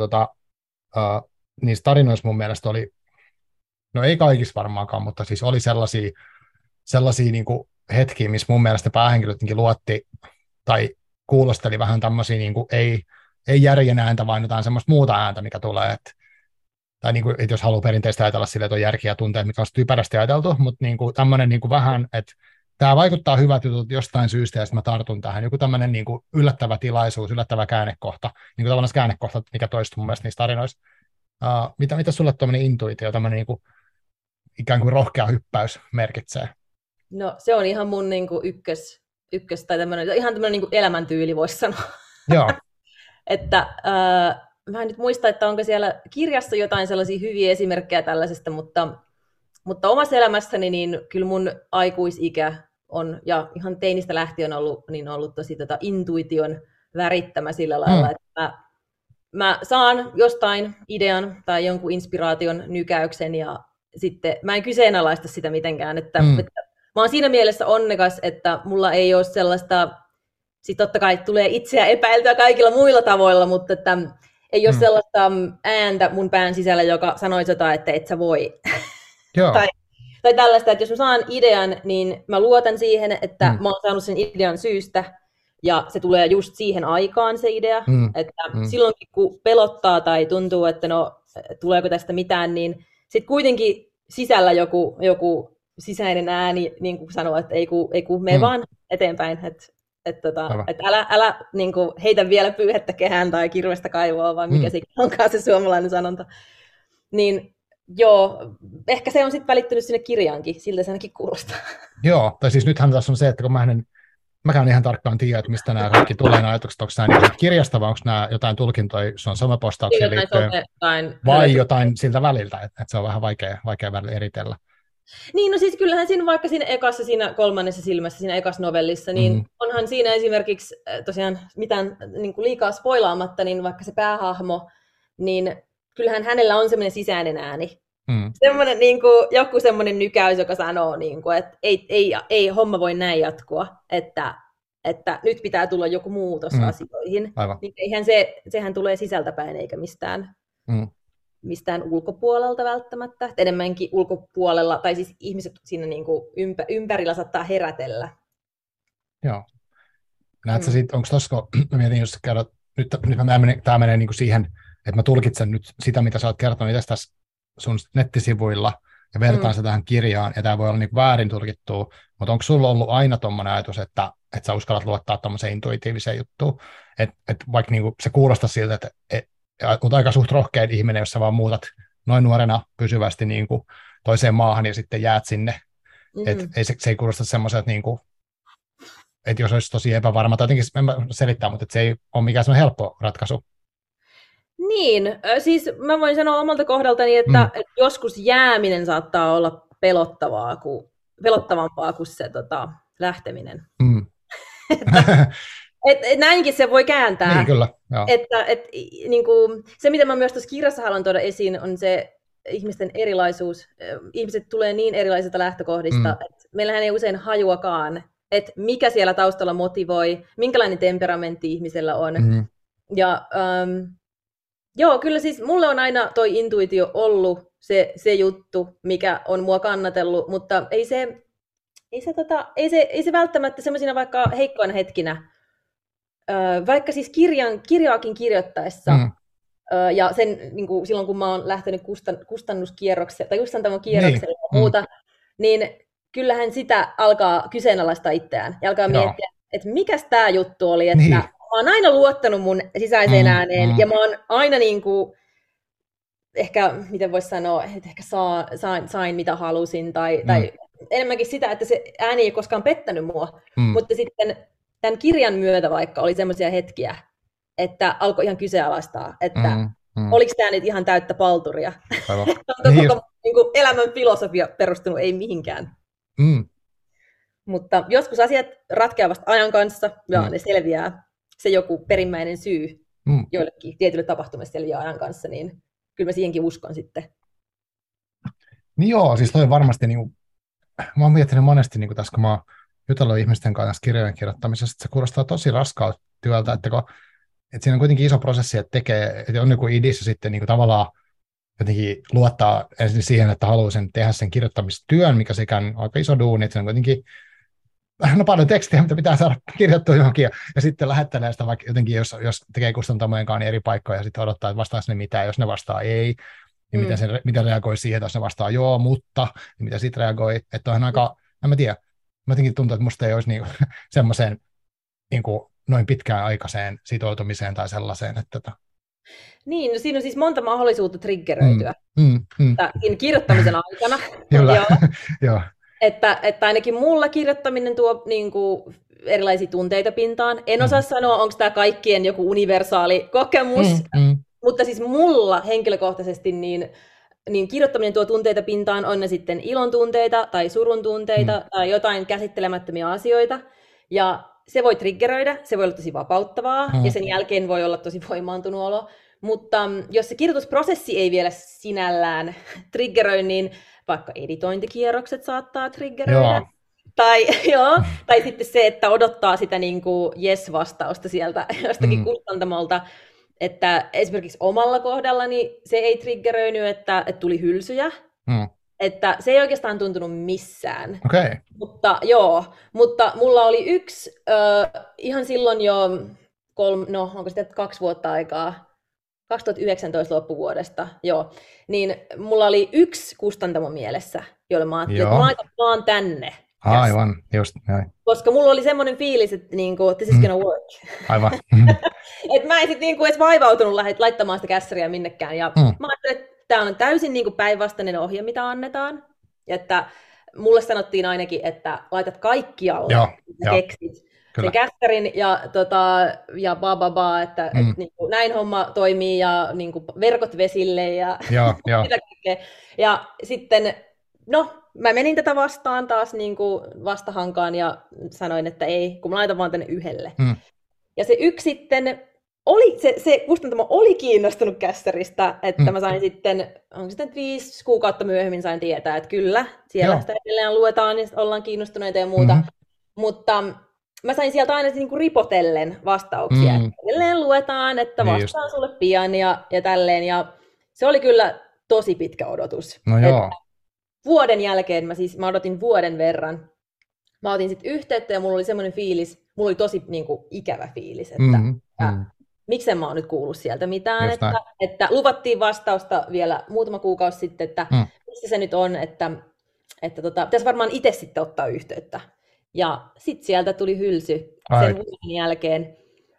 niissä tarinoissa mun mielestä oli, no ei kaikissa varmaankaan, mutta siis oli sellaisia niin kuin hetkiä, missä mun mielestä päähenkilöt luotti tai kuulosteli vähän tämmöisiä, niin kuin ei järjen ääntä, vaan jotain semmoista muuta ääntä, mikä tulee, tai niin kuin, että jos haluaa perinteistä ajatella silleen, että on järkiä tunteet, mikä on typerästi ajateltu, mutta niin kuin tämmöinen niin kuin vähän, että tämä vaikuttaa hyvät jutut jostain syystä, ja sitten mä tartun tähän. Joku tämmöinen niin kuin yllättävä tilaisuus, yllättävä käännekohta, niin kuin tavallaan käännekohta, mikä toistuu mun mielestä niissä tarinoissa. Mitä sulle tämmöinen intuitio, tämmöinen niin kuin, ikään kuin rohkea hyppäys merkitsee? No se on ihan mun niin kuin ykkös tai tämmöinen, ihan tämmöinen niin kuin elämäntyyli, voisi sanoa. Joo. Että mä en nyt muista, että onko siellä kirjassa jotain sellaisia hyviä esimerkkejä tällaisesta, mutta omassa elämässäni niin kyllä mun aikuisikä on, ja ihan teinistä lähtien ollut tosi intuition värittämä sillä lailla, että mä saan jostain idean tai jonkun inspiraation nykäyksen, ja sitten mä en kyseenalaista sitä mitenkään, että mä oon siinä mielessä onnekas, että mulla ei ole sellaista, sitten totta kai tulee itseä epäiltyä kaikilla muilla tavoilla, mutta että ei ole sellaista ääntä mun pään sisällä, joka sanoisi jotain, että et sä voi. Joo. tai tällaista, että jos mä saan idean, niin mä luotan siihen, että mä oon saanut sen idean syystä, ja se tulee just siihen aikaan se idea, että silloinkin kun pelottaa tai tuntuu, että no tuleeko tästä mitään, niin sitten kuitenkin sisällä joku sisäinen ääni niin kuin sanoo, että ei kun mene vaan eteenpäin, että älä niin kuin heitä vielä pyyhettä kehään tai kirvestä kaivoa, vaan mikä se onkaan se suomalainen sanonta. Niin joo, ehkä se on sitten välittynyt sinne kirjaankin, siltä se ainakin kuulostaa. Joo, tai siis nythän tässä on se, että kun mäkään en ihan tarkkaan tiedä, että mistä nämä kaikki tulee nämä ajatukset, onko nämä niin kirjasta vai onko nämä jotain tulkintoja sun somepostauksiin liittyen, vai jotain siltä väliltä, että se on vähän vaikea välillä eritellä. Niin, no siis kyllähän vaikka siinä kolmannessa silmässä, siinä ekassa novellissa, niin onhan siinä esimerkiksi tosiaan mitään niin kuin liikaa spoilaamatta, niin vaikka se päähahmo, niin kyllähän hänellä on semmoinen sisäinen ääni. Semmoinen, niin kuin, joku semmoinen nykäys, joka sanoo, niin kuin, että ei homma voi näin jatkua, että nyt pitää tulla joku muutos asioihin. Niin sehän tulee sisältäpäin eikä mistään ulkopuolelta välttämättä. Että enemmänkin ulkopuolella, tai siis ihmiset siinä niin kuin ympärillä saattaa herätellä. Joo. Näetkö sitten, onko tuossa, mä mietin just käydä, nyt tämä menee niin kuin siihen, että mä tulkitsen nyt sitä, mitä sä oot kertonut itse tässä sun nettisivuilla, ja vertaan se tähän kirjaan, ja tämä voi olla niin väärin tulkittua, mutta onko sulla ollut aina tuommoinen ajatus, että sä uskallat luottaa tuommoiseen intuitiiviseen juttuun, että vaikka niin kuin se kuulostaa siltä, että olet aika suht rohkea ihminen, jos sä vaan muutat noin nuorena pysyvästi niin kuin toiseen maahan, ja sitten jäät sinne, että se ei kuulosta semmoiselta, niin kuin, että jos olisi tosi epävarma, tai jotenkin en mä selittää, mutta että se ei ole mikään semmoinen helppo ratkaisu. Niin, siis mä voin sanoa omalta kohdaltani, että joskus jääminen saattaa olla pelottavampaa kuin se lähteminen. Näinkin se voi kääntää. Niin, kyllä. Niin kuin, se, mitä mä myös tuossa kirjassa haluan tuoda esiin, on se ihmisten erilaisuus. Ihmiset tulee niin erilaisilta lähtökohdista, että meillähän ei usein hajuakaan, että mikä siellä taustalla motivoi, minkälainen temperamentti ihmisellä on. Ja joo, kyllä siis mulle on aina toi intuitio ollut se juttu, mikä on mua kannatellut, mutta ei se välttämättä semmoisina vaikka heikkoina hetkinä, vaikka siis kirjaakin kirjoittaessa, ja sen niin kuin silloin kun mä oon lähtenyt kustannuskierrokselle, tai kustantamokierrokselle ja muuta, niin kyllähän sitä alkaa kyseenalaistaa itseään, ja alkaa miettiä, että mikäs tää juttu oli, että mä oon aina luottanut mun sisäiseen ääneen, ja mä oon aina niin kuin, ehkä, miten voisi sanoa, että ehkä sain mitä halusin, tai enemmänkin sitä, että se ääni ei koskaan pettänyt mua, mutta sitten tämän kirjan myötä vaikka oli semmoisia hetkiä, että alkoi ihan kyseenalaistaa, että oliko tämä nyt ihan täyttä palturia. Onko koko niin kuin, elämän filosofia perustunut ei mihinkään. Mutta joskus asiat ratkeaa vasta ajan kanssa, ja ne selviää. Se joku perimmäinen syy joillekin tietyille tapahtumille selviää ajan kanssa, niin kyllä mä siihenkin uskon sitten. Niin joo, siis toi varmasti, niin kuin, mä oon miettinyt monesti niin kuin tässä, kun mä oon jutellut ihmisten kanssa kirjojen kirjoittamisesta, että se kuulostaa tosi raskaalta työltä, että siinä on kuitenkin iso prosessi, että on joku idis ja sitten niin kuin tavallaan jotenkin luottaa ensin siihen, että haluaa tehdä sen kirjoittamistyön, mikä sekä on aika iso duuni, että se on kuitenkin paljon tekstiä, mitä pitää saada kirjoittua johonkin, ja sitten lähettelee sitä vaikka jotenkin, jos tekee kustantamojenkaan niin eri paikkoja, ja sitten odottaa, että vastaako ne mitään, jos ne vastaa ei, niin miten reagoi siihen, jos ne vastaa joo, mutta, niin mitä sitten reagoi, että on aika, en mä tiedä, mä jotenkin tuntuu, että musta ei olisi niinku semmoiseen niinku noin pitkään aikaiseen sitoutumiseen tai sellaiseen, että Niin, no siinä on siis monta mahdollisuutta triggeröityä siinä kirjoittamisen aikana. Kyllä, joo. että ainakin mulla kirjoittaminen tuo niin kuin, erilaisia tunteita pintaan. En osaa sanoa, onko tämä kaikkien joku universaali kokemus, mutta siis mulla henkilökohtaisesti niin kirjoittaminen tuo tunteita pintaan, on ne sitten ilon tunteita tai surun tunteita tai jotain käsittelemättömiä asioita. Ja se voi triggeröidä, se voi olla tosi vapauttavaa ja sen jälkeen voi olla tosi voimaantunut olo. Mutta jos se kirjoitusprosessi ei vielä sinällään triggeröi, niin vaikka editointikierrokset saattaa triggeröidä. Tai sitten se, että odottaa sitä niin kuin yes-vastausta sieltä jostakin kustantamolta. Että esimerkiksi omalla kohdallani se ei triggeröinyt, että tuli hylsyjä. Että se ei oikeastaan tuntunut missään. Okay. Mutta mulla oli yksi ihan silloin jo, onko sitä 2 vuotta aikaa, 2019 loppuvuodesta, niin mulla oli yksi kustantamo mielessä, jolle mä ajattelin, että mä laitan vaan tänne. Aivan, just näin. Koska mulla oli semmoinen fiilis, että niinku, this is gonna work. Aivan. Että mä en sit niinku edes vaivautunut laittamaan sitä kässäriä minnekään. Ja mä ajattelin, että tämä on täysin niinku päinvastainen ohje, mitä annetaan. Että mulle sanottiin ainakin, että laitat kaikkialle, ja keksit sen kässärin ja että et niinku, näin homma toimii ja niinku, verkot vesille ja mitä kaikkea. Ja sitten, mä menin tätä vastaan taas niin kuin vastahankaan ja sanoin, että ei, kun mä laitan vaan tänne yhdelle. Ja se yksi sitten, se kustantamo oli kiinnostunut kässäristä, että mä sain sitten, onko sitten 5 kuukautta myöhemmin sain tietää, että kyllä, siellä sitä edelleen luetaan ja ollaan kiinnostuneita ja muuta. Mutta mä sain sieltä aina niin kuin ripotellen vastauksia. Edelleen luetaan, että vastaan sulle pian ja tälleen. Ja se oli kyllä tosi pitkä odotus. No joo. Vuoden jälkeen, mä odotin vuoden verran. Mä otin sitten yhteyttä ja mulla oli semmoinen fiilis, mulla oli tosi niin kuin, ikävä fiilis, että miksen mä oon nyt kuullut sieltä mitään. Että luvattiin vastausta vielä muutama kuukausi sitten, että missä se nyt on, että pitäisi varmaan itse sitten ottaa yhteyttä. Ja sitten sieltä tuli hylsy sen vuoden jälkeen.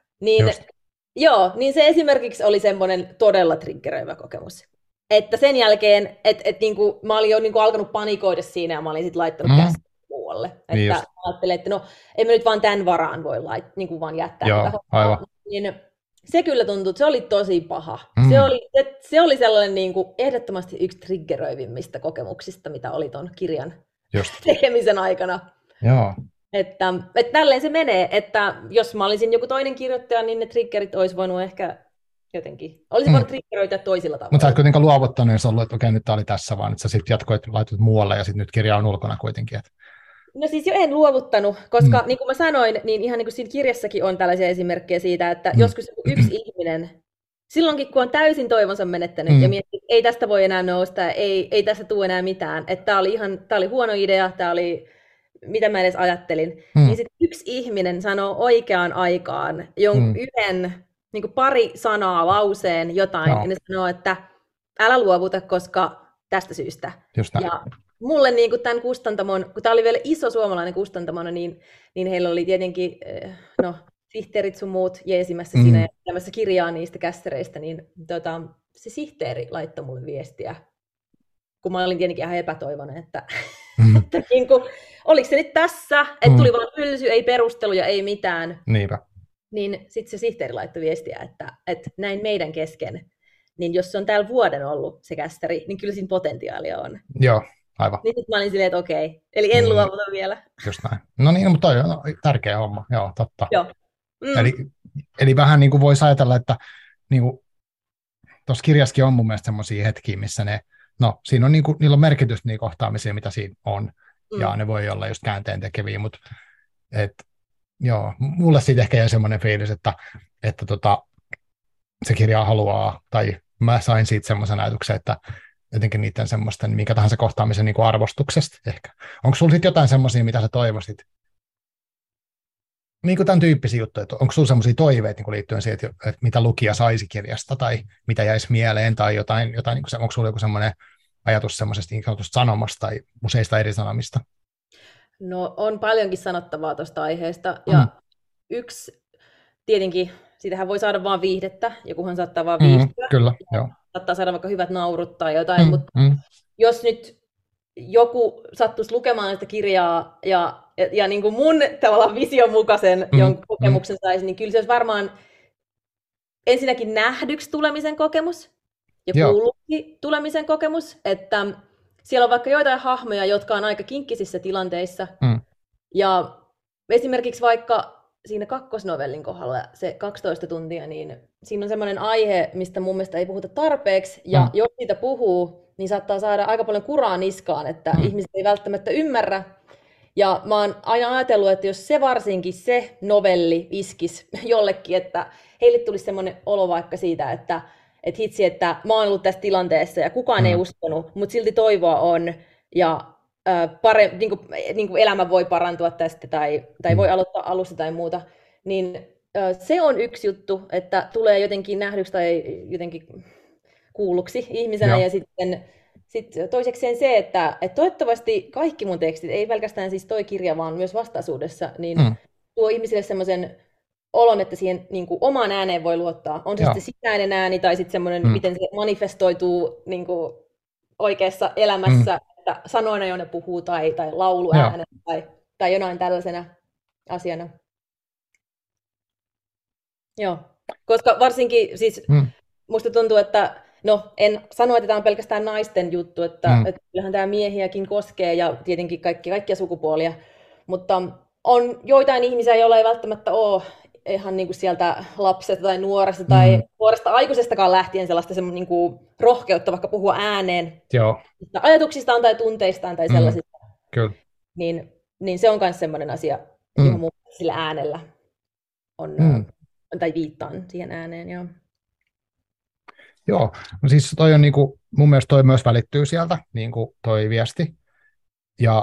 Niin se esimerkiksi oli semmoinen todella triggeröivä kokemus. Että sen jälkeen, että niinku, mä olin jo niinku alkanut panikoida siinä ja mä olin sitten laittanut käsiä muualle. Että mä ajattelin, että ei me nyt vaan tämän varaan voi niinku vaan jättää. Niin se kyllä tuntui, että se oli tosi paha. Se oli sellainen niinku, ehdottomasti yksi triggeröivimmistä kokemuksista, mitä oli ton kirjan tekemisen aikana. Joo. Että tälleen se menee, että jos mä olisin joku toinen kirjoittaja, niin ne triggerit olisi voinut ehkä jotenkin. Olisi voinut triggeröitä toisilla tavalla. Mutta sä et kuitenkaan luovuttanut, jos ollut, että okei, nyt tämä oli tässä vaan, että sä sitten jatkoit, laitoit muualle ja sitten nyt kirja on ulkona kuitenkin. Että... No siis jo en luovuttanut, koska niin kuin mä sanoin, niin ihan niin kuin siinä kirjassakin on tällaisia esimerkkejä siitä, että joskus yksi ihminen, silloinkin kun on täysin toivonsa menettänyt ja miettii, että ei tästä voi enää nousta, ei tästä tule enää mitään, että tämä oli huono idea, tämä oli mitä mä edes ajattelin, niin sitten yksi ihminen sanoo oikeaan aikaan yhden niin kuin pari sanaa lauseen jotain, ja ne sanoo, että älä luovuta, koska tästä syystä. Ja mulle niin kuin tämän kustantamon, kun tämä oli vielä iso suomalainen kustantamo, niin heillä oli tietenkin sihteerit sun muut jeesimässä siinä ja tämässä kirjaa niistä kässäreistä, niin se sihteeri laittoi mulle viestiä, kun mä olin tietenkin ihan epätoivoinen, että niin kuin, oliko se nyt tässä, että tuli vaan hylsy, ei perusteluja, ei mitään. Niinpä. Niin sitten se sihteeri laittoi viestiä, että näin meidän kesken, niin jos se on täällä vuoden ollut se kässäri, niin kyllä siinä potentiaalia on. Joo, aivan. Niin sitten mä olin silleen, että okei, eli en luovuta vielä. Just näin. No niin, mutta toi on tärkeä homma, joo, totta. Joo. Eli vähän niin kuin voisi ajatella, että niin kuin, tuossa kirjassakin on mun mielestä semmoisia hetkiä, missä siinä on niinku, niillä on merkitystä niitä kohtaamisia, mitä siinä on, ja ne voi olla just käänteen tekeviä, mutta mulle siitä ehkä jäi semmoinen fiilis, että se kirja haluaa, tai mä sain siitä semmoisen ajatuksen, että jotenkin niiden semmoisten, minkä tahansa kohtaamisen niin kuin arvostuksesta ehkä. Onko sulla sitten jotain semmoisia, mitä sä toivoisit? Niin kuin tämän tyyppisiä juttuja, että onko sulla semmoisia toiveita niin liittyen siihen, että mitä lukija saisi kirjasta, tai mitä jäisi mieleen, tai jotain niin kuin, onko sulla joku semmoinen ajatus semmoisesta niin sanotusta sanomasta tai useista eri sanomista? No on paljonkin sanottavaa tuosta aiheesta, ja yksi, tietenkin, siitähän voi saada vaan viihdettä, jokuhan saattaa vaan viihtyä. Kyllä, joo. Saattaa saada vaikka hyvät naurut tai jotain, mutta jos nyt joku sattuisi lukemaan sitä kirjaa ja niin kuin mun tavallaan vision mukaisen jonkun kokemuksen saisi, niin kyllä se olisi varmaan ensinnäkin nähdyksi tulemisen kokemus ja kuulluksi tulemisen kokemus, että siellä on vaikka joitain hahmoja, jotka on aika kinkkisissä tilanteissa, ja esimerkiksi vaikka siinä kakkosnovellin kohdalla se 12 tuntia, niin siinä on semmoinen aihe, mistä mun mielestä ei puhuta tarpeeksi, ja jos siitä puhuu, niin saattaa saada aika paljon kuraa niskaan, että ihmiset ei välttämättä ymmärrä. Ja mä oon aina ajatellut, että jos se varsinkin se novelli iskisi jollekin, että heille tulisi semmoinen olo vaikka siitä, että hitsi, että mä oon ollut tässä tilanteessa ja kukaan ei uskonut, mutta silti toivoa on, ja niin kuin elämä voi parantua tästä tai voi aloittaa alusta tai muuta, niin se on yksi juttu, että tulee jotenkin nähdyksi tai jotenkin kuulluksi ihmisenä. Ja sitten toisekseen se, että toivottavasti kaikki mun tekstit, ei pelkästään siis toi kirja, vaan myös vastaisuudessa, niin tuo ihmisille semmoisen olon, että siihen niin kuin omaan ääneen voi luottaa. On se sitten sisäinen ääni tai sitten semmoinen, miten se manifestoituu niin kuin oikeassa elämässä, että sanoina, jo ne puhuu tai lauluäänen tai jonain tällaisena asiana. Joo, koska varsinkin siis musta tuntuu, että no en sano, että tämä on pelkästään naisten juttu, että kyllähän tämä miehiäkin koskee ja tietenkin kaikkia sukupuolia, mutta on joitain ihmisiä, joilla ei välttämättä ole ihan niin kuin sieltä lapsesta tai nuoresta tai nuoresta aikuisestakaan lähtien sellaista niin kuin rohkeutta vaikka puhua ääneen ajatuksistaan tai tunteistaan tai sellaisista. Kyllä. Niin se on myös sellainen asia, johon mun sillä äänellä on, tai viittaan siihen ääneen. Joo, no siis toi on niinku, mun mielestä toi myös välittyy sieltä, niinku toi viesti. Ja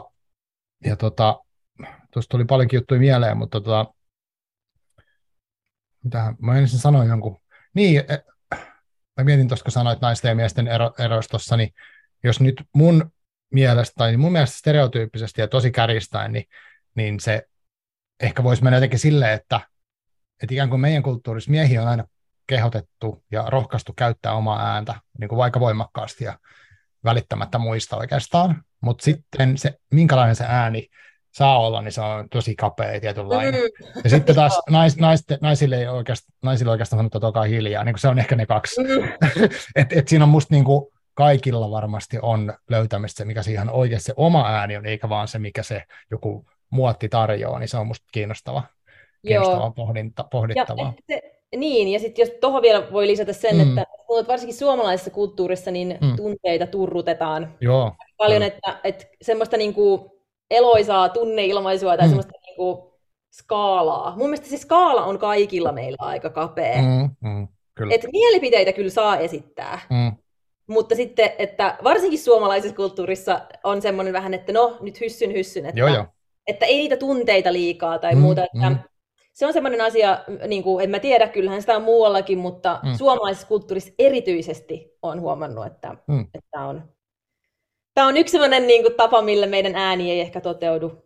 tuossa tuli paljonkin juttuja mieleen, mutta mitähän, mä ensin sanoin jonkun. Niin, mä mietin tuossa, kun sanoit naisten ja miesten eroista tuossa, niin jos nyt mun mielestä stereotyyppisesti ja tosi kärjistäen, niin se ehkä voisi mennä jotenkin silleen, että ikään kuin meidän kulttuurissa miehiä on aina kehotettu ja rohkaistu käyttää omaa ääntä niin kuin vaikka voimakkaasti ja välittämättä muista oikeastaan, mutta sitten se, minkälainen se ääni saa olla, niin se on tosi kapea tietynlainen. Ja sitten taas naisille oikeastaan sanottu, että olkaa hiljaa, niin kuin se on ehkä ne kaksi. et siinä on musta niin kuin kaikilla varmasti on löytämistä se, mikä siihen oikeasti se oma ääni on, eikä vaan se, mikä se joku muotti tarjoaa, niin se on musta kiinnostavaa pohdittavaa. Niin, ja sitten jos tuohon vielä voi lisätä sen, että varsinkin suomalaisessa kulttuurissa niin tunteita turrutetaan paljon, että semmoista niinku eloisaa tunneilmaisua tai semmoista niinku skaalaa. Mun mielestä se skaala on kaikilla meillä aika kapea. Että mielipiteitä kyllä saa esittää, mutta sitten, että varsinkin suomalaisessa kulttuurissa on semmoinen vähän, että no nyt hyssyn, että ei niitä tunteita liikaa tai muuta, että se on semmoinen asia, niin kuin, en mä tiedä, kyllähän sitä on muuallakin, mutta suomalaisessa kulttuurissa erityisesti olen huomannut, että tämä on yksi semmoinen niin kuin tapa, millä meidän ääni ei ehkä toteudu.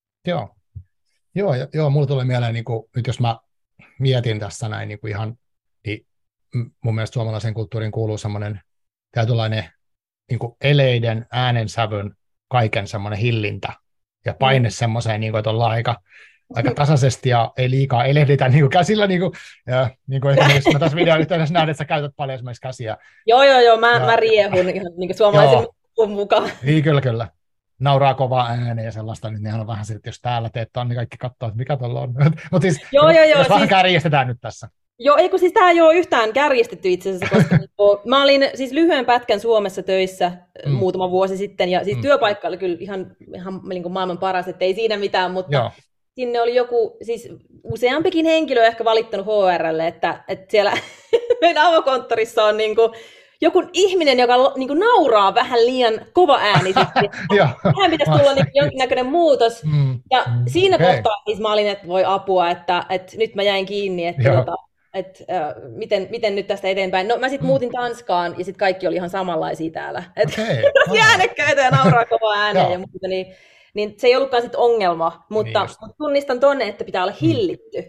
Joo, mulla tulee mieleen, niin kuin, nyt jos mä mietin tässä näin niin kuin ihan, niin mun mielestä suomalaisen kulttuuriin kuuluu semmoinen tietynlainen niin kuin eleiden, äänensävyn, kaiken semmoinen hillintä ja paine semmoiseen, niin kuin, että ollaan aika tasaisesti ja ei liikaa elehditä niin kuin käsillä, niin kuin esimerkiksi mä tässä videon yhteydessä näen, että sä käytät paljon esimerkiksi käsiä. Joo, mä riehun ihan niin kuin suomalaisen mukaan. Niin, kyllä. Nauraa kovaa ääneen ja sellaista, niin nehän on vähän siltä, että jos täällä teet ton, niin kaikki katsoo, että mikä tuolla on. Mutta siis, jos vähän kärjestetään nyt tässä. Joo, ei kun siis tämä ei ole yhtään kärjestetty itse asiassa, koska mä olin siis lyhyen pätkän Suomessa töissä muutama vuosi sitten, ja siis työpaikka oli kyllä ihan niin kuin maailman paras, ettei siinä mitään, mutta sinne oli joku, siis useampikin henkilö ehkä valittanut HR:lle, että siellä meidän avokonttorissa on niin kuin joku ihminen, joka niin kuin nauraa vähän liian kova äänisesti. Tähän pitäisi tulla niin jonkinnäköinen muutos. Ja siinä kohtaa siis mä olin, että voi apua, että nyt mä jäin kiinni, että miten nyt tästä eteenpäin. No mä sitten muutin Tanskaan ja sitten kaikki oli ihan samanlaisia täällä. Tosi äänekkäitä ja nauraa kovaa ääneen ja muuta, niin se ei ollutkaan sitten ongelma, mutta tunnistan tonne, että pitää olla hillitty.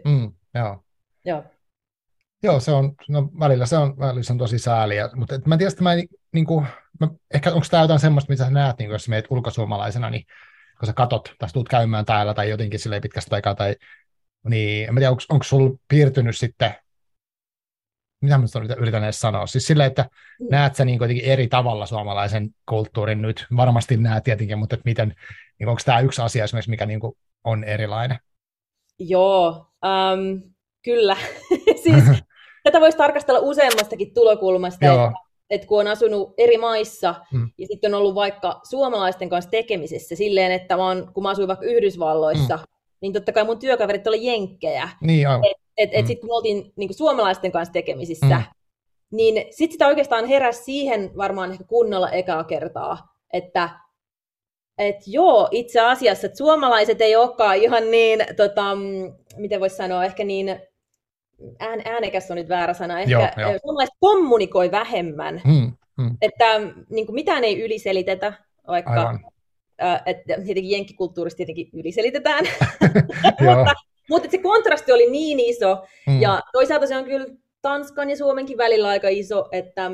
Joo, se on, välillä se on tosi sääliä, mutta mä tiedän, että mä niinku, ehkä onko tämä jotain semmoista, mitä sä näet, niin jos meet ulkosuomalaisena, niin kun sä katot, tai tulet käymään täällä, tai jotenkin silleen pitkästä aikaa, tai niin, en mä tiedä, onko sulla piirtynyt sitten, mitä mä yritän edes sanoa, siis silleen, että näet sä niin kuitenkin eri tavalla suomalaisen kulttuurin nyt, varmasti näet tietenkin, mutta että miten, niin onko tämä yksi asia esimerkiksi, mikä niin kuin on erilainen? Joo, kyllä. Siis tätä voisi tarkastella useammastakin tulokulmasta, että kun on asunut eri maissa ja sitten on ollut vaikka suomalaisten kanssa tekemisissä silleen, että kun mä asuin vaikka Yhdysvalloissa, niin totta kai mun työkaverit oli jenkkejä. Niin, sitten kun me oltiin niin suomalaisten kanssa tekemisissä, niin sitten sitä oikeastaan heräsi siihen varmaan ehkä kunnolla ekaa kertaa, että joo, itse asiassa, että suomalaiset ei olekaan ihan niin, miten voisi sanoa, ehkä niin, äänekäs on nyt väärä sana, ehkä suomalaiset kommunikoi vähemmän, että niin kuin mitään ei yliselitetä, vaikka että tietenkin jenkkikulttuurissa tietenkin yliselitetään, mutta se kontrasti oli niin iso, ja toisaalta se on kyllä Tanskan ja Suomenkin välillä aika iso, että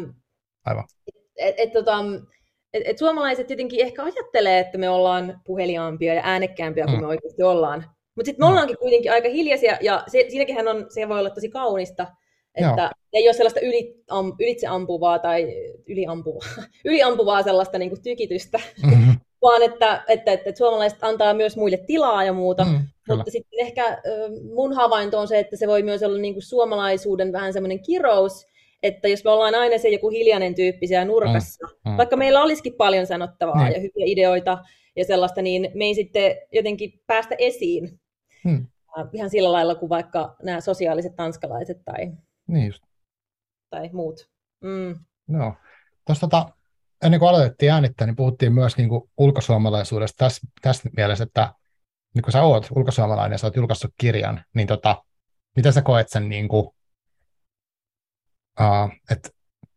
suomalaiset tietenkin ehkä ajattelee, että me ollaan puheliaampia ja äänekkäämpiä kuin me oikeasti ollaan. Mutta sitten me ollaankin kuitenkin aika hiljaisia, ja siinäkinhän se voi olla tosi kaunista, että ei ole sellaista ylitseampuvaa tai yliampuvaa sellaista niin kuin tykitystä, vaan että suomalaiset antaa myös muille tilaa ja muuta. Mutta sitten ehkä mun havainto on se, että se voi myös olla niin kuin suomalaisuuden vähän semmoinen kirous, että jos me ollaan aina se joku hiljainen tyyppi siellä nurkassa, vaikka meillä olisikin paljon sanottavaa ja hyviä ideoita ja sellaista, niin me ei sitten jotenkin päästä esiin. Ihan sillä lailla kuin vaikka nämä sosiaaliset tanskalaiset tai muut. No. Tuosta ennen kuin aloitettiin äänittää, niin puhuttiin myös niin kuin ulkosuomalaisuudesta tässä mielessä, että niin kun sä oot ulkosuomalainen ja sä oot julkaissut kirjan, niin mitä sä koet sen niin kuin, että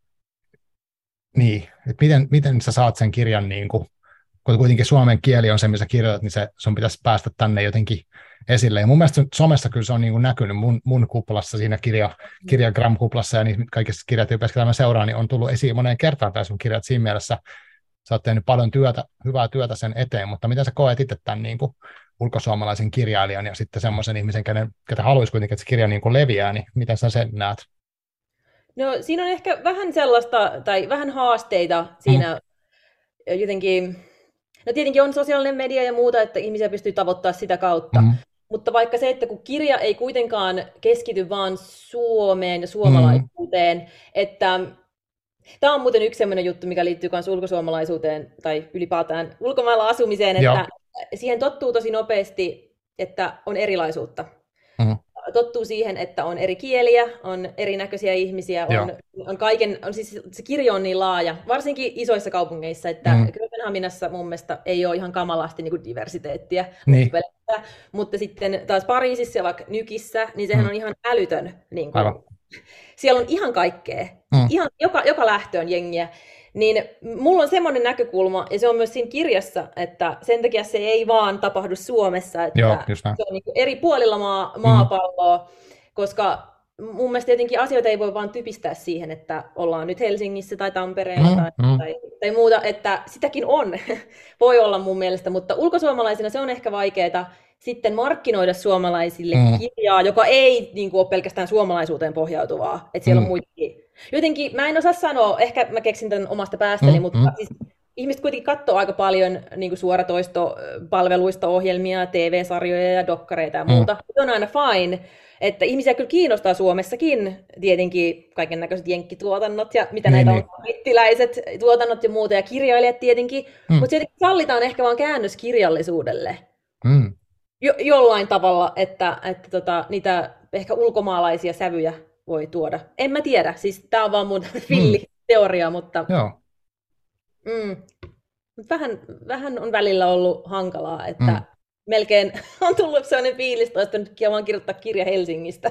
miten sä saat sen kirjan, niin kuin, kun kuitenkin suomen kieli on se, missä kirjoitat, niin sun pitäisi päästä tänne jotenkin esille. Ja mun mielestä somessa kyllä se on niin kuin näkynyt mun kuplassa, siinä kirjagram-kuplassa ja niissä kaikissa kirjatyypeissä, mitä mä seuraan, niin on tullut esiin moneen kertaan tämä sun kirjat. Siinä mielessä sä oot tehnyt paljon hyvää työtä sen eteen, mutta miten sä koet itse tämän niin kuin ulkosuomalaisen kirjailijan ja sitten semmoisen ihmisen, ketä haluaisi kuitenkin, että se kirja niin kuin leviää, niin miten sä sen näet? No siinä on ehkä vähän sellaista, tai vähän haasteita siinä jotenkin, no tietenkin on sosiaalinen media ja muuta, että ihmisiä pystyy tavoittamaan sitä kautta, mutta vaikka se, että kun kirja ei kuitenkaan keskity vaan Suomeen ja suomalaisuuteen, että tämä on muuten yksi sellainen juttu, mikä liittyy myös ulkosuomalaisuuteen tai ylipäätään ulkomailla asumiseen, että siihen tottuu tosi nopeasti, että on erilaisuutta. Tottuu siihen, että on eri kieliä, on erinäköisiä ihmisiä, siis se kirjo on niin laaja, varsinkin isoissa kaupungeissa, että Kööpenhaminassa mun mielestä ei ole ihan kamalasti niin kuin diversiteettiä, mutta sitten taas Pariisissa ja vaikka Nykissä, niin sehän on ihan älytön. Niin kuin, siellä on ihan kaikkea, ihan joka lähtöön jengiä. Niin mulla on semmoinen näkökulma, ja se on myös siinä kirjassa, että sen takia se ei vaan tapahdu Suomessa, että se on niin kuin eri puolilla maapalloa, koska mun mielestä tietenkin asioita ei voi vaan typistää siihen, että ollaan nyt Helsingissä tai Tampereella tai muuta, että sitäkin on, voi olla mun mielestä, mutta ulkosuomalaisina se on ehkä vaikeaa sitten markkinoida suomalaisille kirjaa, joka ei niin kuin ole pelkästään suomalaisuuteen pohjautuvaa, että siellä on muitakin. Jotenkin, mä en osaa sanoa, ehkä mä keksin tämän omasta päästäni, mutta siis ihmiset kuitenkin katsoo aika paljon niin kuin suoratoistopalveluista ohjelmia, TV-sarjoja ja dokkareita ja muuta. Se on aina fine, että ihmisiä kyllä kiinnostaa Suomessakin tietenkin kaiken näköiset jenkkituotannot ja mitä näitä on, brittiläiset tuotannot ja muuta ja kirjailijat tietenkin, mutta tietenkin sallitaan ehkä vaan käännöskirjallisuudelle jollain tavalla, että niitä ehkä ulkomaalaisia sävyjä voi tuoda. En mä tiedä, siis tää on vaan mun teoria, mutta vähän on välillä ollut hankalaa, että melkein on tullut sellainen fiilis, että nyt vaan kirjoittaa kirja Helsingistä.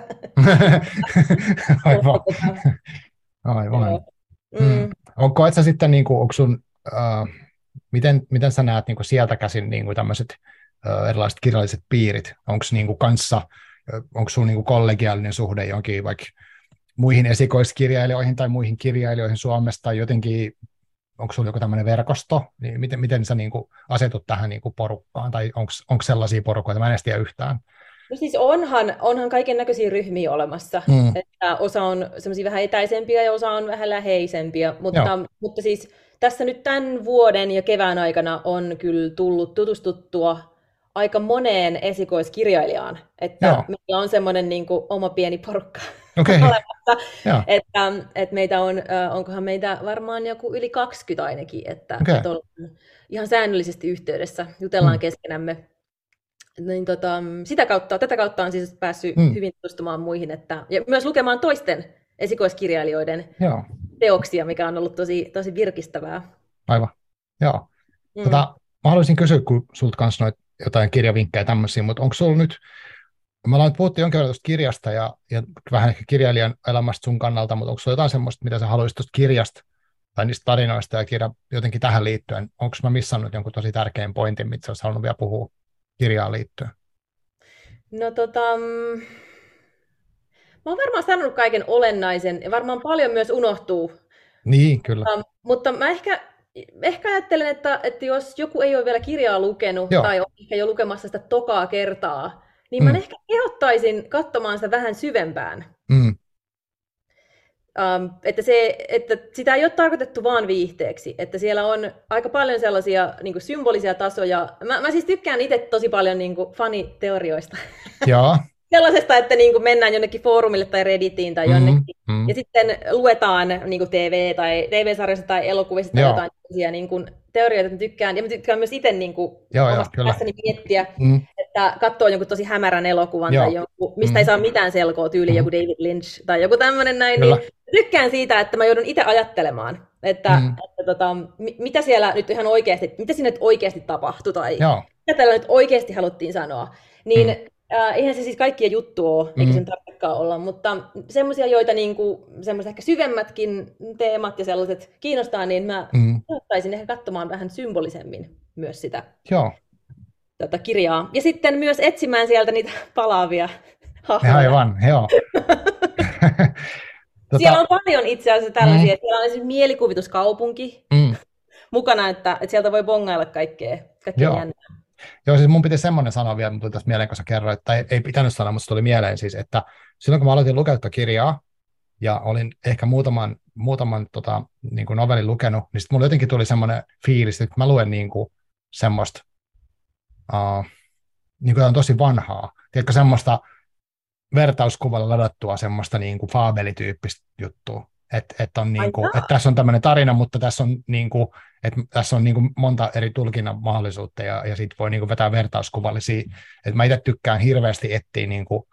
Aivan. Koet sä sitten, onko sun, miten sä näet sieltä käsin tämmöiset erilaiset kirjalliset piirit? Onko sulla kollegiaalinen suhde johonkin vaikka muihin esikoiskirjailijoihin tai muihin kirjailijoihin Suomesta tai jotenkin, onko sulla joku tämmöinen verkosto, niin miten sä niin kuin asetut tähän niin kuin porukkaan, tai onko sellaisia porukoita, mä en edes tiedä yhtään. No siis onhan kaiken näköisiä ryhmiä olemassa, että osa on semmoisia vähän etäisempiä ja osa on vähän läheisempiä, mutta siis tässä nyt tämän vuoden ja kevään aikana on kyllä tullut tutustuttua aika moneen esikoiskirjailijaan, että meillä on semmoinen niin kuin oma pieni porukka olemassa, että meitä onkohan meitä varmaan joku yli 20 ainakin, että ollaan ihan säännöllisesti yhteydessä, jutellaan keskenämme. Niin tätä kautta on siis päässyt hyvin tutustumaan muihin, ja myös lukemaan toisten esikoiskirjailijoiden teoksia, mikä on ollut tosi virkistävää. Aivan, joo. Mä haluaisin kysyä, kun sulta kanssa noit jotain kirjavinkkejä tämmöisiä, mutta onko sulla nyt, me ollaan puhuttu jonkin verran tuosta kirjasta ja vähän ehkä kirjailijan elämästä sun kannalta, mutta onko sulla jotain semmoista, mitä sä haluaisit tuosta kirjasta tai niistä tarinoista ja kirja jotenkin tähän liittyen? Onko mä missannut jonkun tosi tärkeän pointin, mitä sä olisit halunnut vielä puhua kirjaan liittyen? No mä oon varmaan sanonut kaiken olennaisen ja varmaan paljon myös unohtuu. Niin, kyllä. Mutta mä ehkä ajattelen, että jos joku ei ole vielä kirjaa lukenut tai on ehkä jo lukemassa sitä tokaa kertaa, niin mä ehkä kehottaisin katsomaan sitä vähän syvempään. Että sitä ei ole tarkoitettu vaan viihteeksi, että siellä on aika paljon sellaisia niin kuin symbolisia tasoja. Mä siis tykkään itse tosi paljon niin kuin faniteorioista. Joo. Sellaisesta, että niin kuin mennään jonnekin foorumille tai Redditiin tai jonnekin, ja sitten luetaan niin kuin TV-sarjasta tai elokuvista tai jotain niin kuin teorioita, mä tykkään. Ja mä tykkään myös itse niin kuin omasta päässäni miettiä, että katsoo jonkun tosi hämärän elokuvan tai jonkun, mistä ei saa mitään selkoa, tyyliin joku David Lynch tai joku tämmöinen näin, niin tykkään siitä, että mä joudun itse ajattelemaan, että mitä siellä nyt ihan oikeasti, mitä siinä nyt oikeasti tapahtui tai mitä tällä nyt oikeasti haluttiin sanoa, niin eihän se siis kaikkia juttu ole, eikä sen tarvitsekaan olla, mutta semmoisia, joita niinku, semmoiset ehkä syvemmätkin teemat ja sellaiset kiinnostaa, niin mä ottaisin ehkä katsomaan vähän symbolisemmin myös sitä kirjaa. Ja sitten myös etsimään sieltä niitä palaavia hahmoja. Aivan, joo. Siellä on paljon itse asiassa tällaisia, että siellä on esimerkiksi mielikuvituskaupunki mukana, että sieltä voi bongailla kaikkea jännää. Joo, siis mun piti semmoinen sanoa vielä, mutta tuli tässä mieleen, kun sä kerroit, tai ei pitänyt sanoa, mutta se tuli mieleen siis, että silloin kun mä aloitin lukea tätä kirjaa, ja olin ehkä muutaman niin kuin novellin lukenut, niin sitten mulla jotenkin tuli semmoinen fiilis, että mä luen niin kuin semmoista, niin kuin tosi vanhaa, tiedätkö, semmoista vertauskuvalla ladattua semmoista niin kuin faabelityyppistä juttua. Että tässä on tämmöinen tarina, mutta tässä on, niin kuin, tässä on niin kuin monta eri tulkinnan mahdollisuutta ja siitä voi niin kuin vetää vertauskuvallisia. Että mä itse tykkään hirveästi etsiä niin kuin,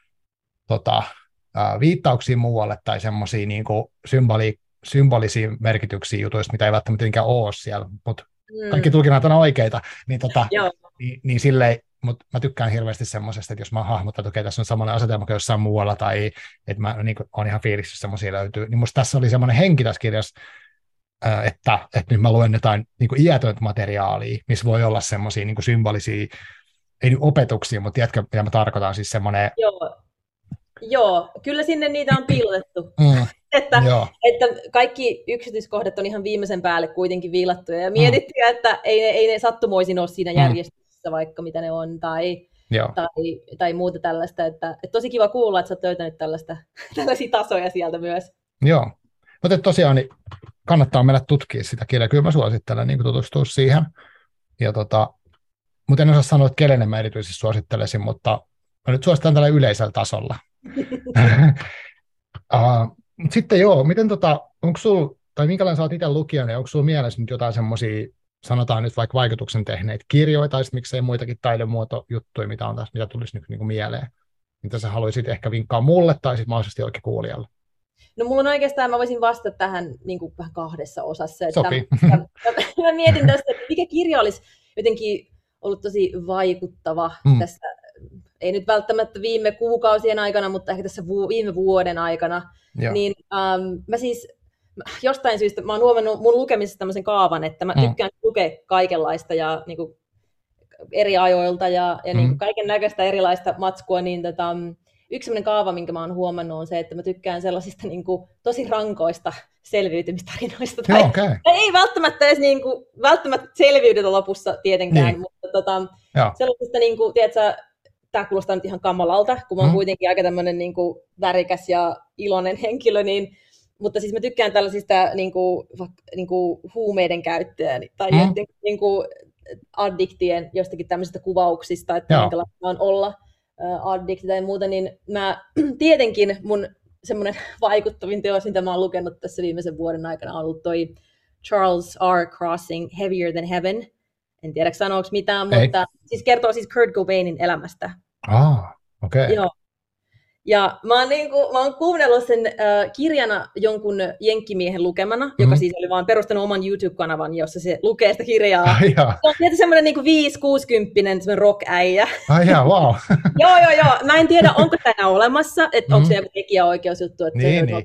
viittauksia muualle tai semmoisia niin kuin symbolisia merkityksiä jutuista, mitä ei välttämättä mitenkään ole siellä, mutta kaikki tulkinnat on oikeita. Niin silleen, mutta mä tykkään hirveästi semmoisesta, että jos mä hahmotan, että okei, tässä on samanlainen asetelma kuin jossain muualla, tai että mä niin olen ihan fiilissä, jos semmoisia löytyy, niin musta tässä oli semmoinen henki tässä kirjassa, että nyt mä luen jotain niin iätöntä materiaalia, missä voi olla semmoisia niin symbolisia, ei nyt opetuksia, mutta tiedätkö, mitä mä tarkoitan, siis semmoinen... Joo, kyllä sinne niitä on piilotettu. Että kaikki yksityiskohdat on ihan viimeisen päälle kuitenkin viilattuja ja mietittyjä, että ei ne sattumoisin ole siinä järjestyksessä vaikka mitä ne on tai muuta tällaista. Että tosi kiva kuulla, että sä oot löytänyt tällaisia tasoja sieltä myös. Joo, mutta tosiaan niin kannattaa mennä tutkia sitä kirjaa. Kyllä mä suosittelen niin tutustua siihen. Mutta en osaa sanoa, että kenelle mä erityisesti suosittelisin, mutta mä nyt suosittelen tällä yleisellä tasolla. Sitten miten onko sulla, tai minkälainen sä oot itse lukijana, onko sulla mielessä nyt jotain semmoisia, sanotaan nyt vaikka vaikutuksen tehneitä kirjoja, tai miksei muitakin taidemuotojuttuja, mitä tulisi nyt niin kuin mieleen, mitä sä haluaisit ehkä vinkkaa mulle, tai sitten mahdollisesti jollekin kuulijalle? No mulla on oikeastaan, mä voisin vastata tähän niin kuin vähän kahdessa osassa. Sopii. Mä mietin tästä, että mikä kirja olisi jotenkin ollut tosi vaikuttava tässä, ei nyt välttämättä viime kuukausien aikana, mutta ehkä tässä viime vuoden aikana. Niin mä siis jostain syystä, mä oon huomannut mun lukemisessa tämmöisen kaavan, että mä tykkään lukea kaikenlaista ja niin kuin eri ajoilta ja niin kuin kaiken näköistä erilaista matskua, niin yksi sellainen kaava, minkä mä oon huomannut, on se, että mä tykkään sellaisista niin kuin, tosi rankoista selviytymistarinoista. Joo, okay. Ei välttämättä edes niin kuin, välttämättä selviydytä lopussa tietenkään, Niin. mutta sellaisista, niin kuin, tiedätkö, tämä kuulostaa nyt ihan kamalalta, kun mä oon kuitenkin aika tämmöinen niin kuin, värikäs ja iloinen henkilö, niin, mutta siis mä tykkään tällaisista niin kuin, huumeiden käyttöä tai niin kuin, addiktien jostakin tämmöisistä kuvauksista, että minkälaista on olla addikti tai muuta, niin mä tietenkin mun semmoinen vaikuttavin teos, mitä mä oon lukenut tässä viimeisen vuoden aikana, on ollut toi Charles R. Crossing, Heavier Than Heaven. En tiedä, sanooko mitään, mutta siis kertoo siis Kurt Cobainin elämästä. Okei. Joo. Ja mä oon kuunnellut sen kirjana jonkun jenkkimiehen lukemana, joka siis oli vaan perustanut oman YouTube-kanavan, jossa se lukee sitä kirjaa. Se on tietysti semmoinen niin 5-60 rock-äijä. Wow. Joo. Mä en tiedä, onko tämä olemassa, että onko se joku tekijäoikeusjuttu, että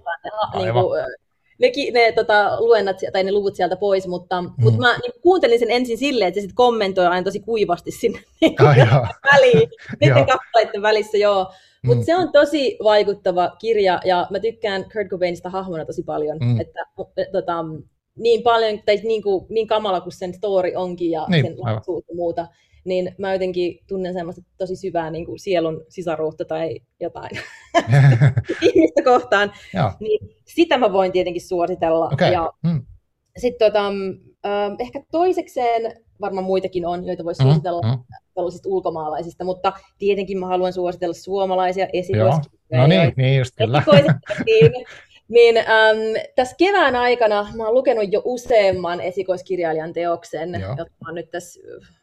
ne luennat tai ne luvut sieltä pois, mutta mä kuuntelin sen ensin silleen, että se sitten kommentoi aina tosi kuivasti sinne väliin, niiden kappaleiden välissä, joo. Mutta se on tosi vaikuttava kirja, ja mä tykkään Kurt Cobainista hahmona tosi paljon, että niin paljon, tai niin kamala kuin sen story onkin, ja sen lapsuus ja muuta, niin mä jotenkin tunnen semmoista tosi syvää niin kuin sielun sisaruutta tai jotain ihmistä kohtaan, niin sitä mä voin tietenkin suositella. Okay. Ja sitten ehkä toisekseen varmaan muitakin on, joita voisi suositella tällaisista ulkomaalaisista, mutta tietenkin mä haluan suositella suomalaisia esikoiskirjoja. No niin, just kyllä. Niin, tässä kevään aikana mä oon lukenut jo useamman esikoiskirjailijan teoksen, jotka on nyt tässä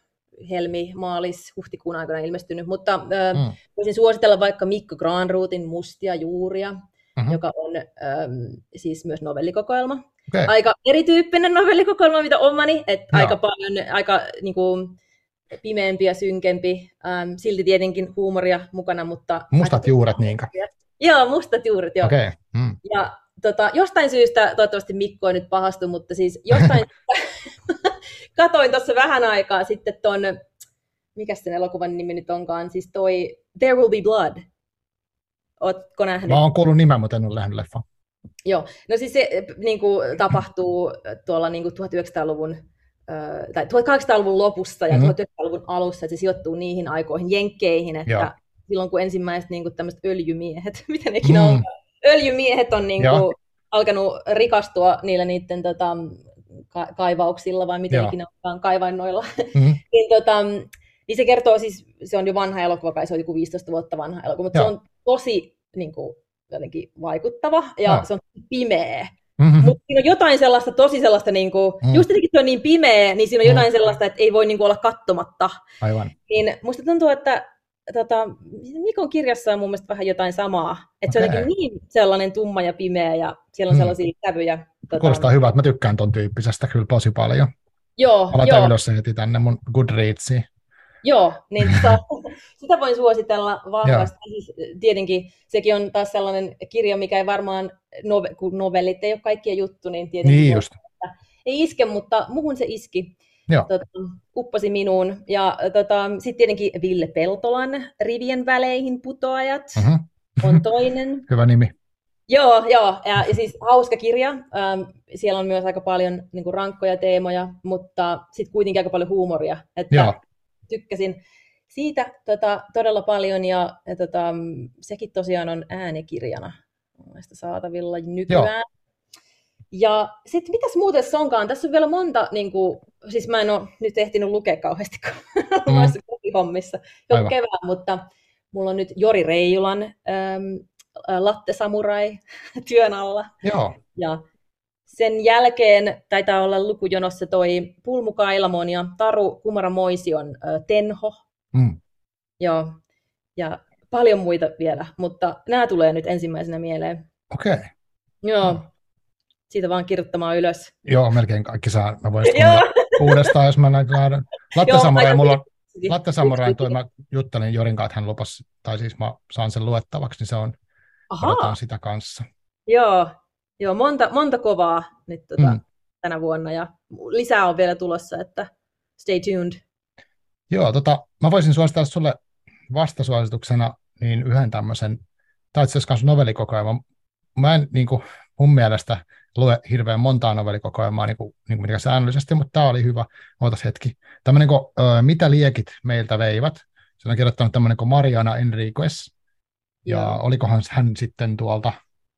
huhtikuun aikana ilmestynyt, mutta voisin suositella vaikka Mikko Granrootin Mustia juuria, joka on siis myös novellikokoelma. Okay. Aika erityyppinen novellikokoelma, mitä omani, että aika paljon, aika niin kuin, pimeämpi ja synkempi, silti tietenkin huumoria mukana, mutta... Mustat juuret niinkö? Joo, mustat juuret, joo. Okay. Ja jostain syystä, toivottavasti Mikko ei nyt pahastu, mutta siis jostain katoin tuossa vähän aikaa sitten ton, mikä sen elokuvan nimi nyt onkaan, siis toi There Will Be Blood. Ootko nähnyt? Mä oon kuullut nimen, mutta en ole nähnyt leffan. Joo, no siis se niin kuin, tapahtuu tuolla niin kuin 1900-luvun tai 1800-luvun lopussa ja 1900-luvun alussa, että se sijoittuu niihin aikoihin, jenkkeihin, että silloin kun ensimmäiset niin kuin tämmöiset öljymiehet, mitä nekin on, öljymiehet on niin kuin, alkanut rikastua niillä niiden kaivauksilla, vai miten ikinä onkaan kaivainnoilla, niin se kertoo siis, se on jo vanha elokuva, kai se on joku 15 vuotta vanha elokuva, mutta se on tosi niin kuin, jotenkin vaikuttava ja se on pimeä. Mutta siinä on jotain sellaista, tosi sellaista, niin kuin, just jotenkin se on niin pimeä, niin siinä on jotain sellaista, että ei voi niin kuin, olla katsomatta. Aivan. Niin musta tuntuu, että Mikon kirjassa on mun mielestä vähän jotain samaa. Että se on jotenkin niin sellainen tumma ja pimeä ja siellä on sellaisia sävyjä. Kuulostaa hyvä, että mä tykkään ton tyyppisestä kyllä tosi paljon. Joo. Aloitan ylös se heti tänne mun Goodreadsiin. Joo, niin sitä voin suositella vahvasti. Siis, tietenkin sekin on taas sellainen kirja, mikä ei varmaan, kun novellit ei ole kaikkien juttu, niin tietenkin niin just. Ei iske, mutta muhun se iski. Upposi minuun. Ja sitten tietenkin Ville Peltolan Rivien väleihin putoajat on toinen. Hyvä nimi. Joo, ja siis hauska kirja. Siellä on myös aika paljon niin kuin rankkoja teemoja, mutta sitten kuitenkin aika paljon huumoria. Että tykkäsin siitä todella paljon, ja sekin tosiaan on äänikirjana saatavilla nykyään. Ja sitten mitäs muuta tässä onkaan? Tässä on vielä monta, niin kuin, siis mä en ole nyt ehtinyt lukea kauheasti, kun olen hommissa kevään, mutta mulla on nyt Jori Reijulan Latte Samurai työn alla. Joo. Ja sen jälkeen taitaa olla lukujonossa toi Pulmu Kailamon ja Taru Kumara-Moision Tenho. Joo. Ja paljon muita vielä, mutta nämä tulee nyt ensimmäisenä mieleen. Okei. Joo. Siitä vaan kirjoittamaan ylös. Joo, melkein kaikki saa. Mä voisin uudestaan, jos mä näitä lähden. Latte Samurai, mä juttelin Jorin kanssa, että hän lupasi, tai siis mä saan sen luettavaksi, niin se on, odotan sitä kanssa. Joo, monta kovaa nyt tänä vuonna, ja lisää on vielä tulossa, että stay tuned. Joo, mä voisin suositella sulle vastasuosituksena niin yhden tämmöisen tämä on itse asiassa novellikokoelma. Mä en niin kuin, mun mielestä lue hirveän montaa novellikokoelmaa niin kuin säännöllisesti, mutta tämä oli hyvä. Ootas hetki. Tämmöinen kuin Mitä liekit meiltä veivät. Sen on kirjoittanut tämmöinen kuin Mariana Enriquez. Ja olikohan hän sitten tuolta,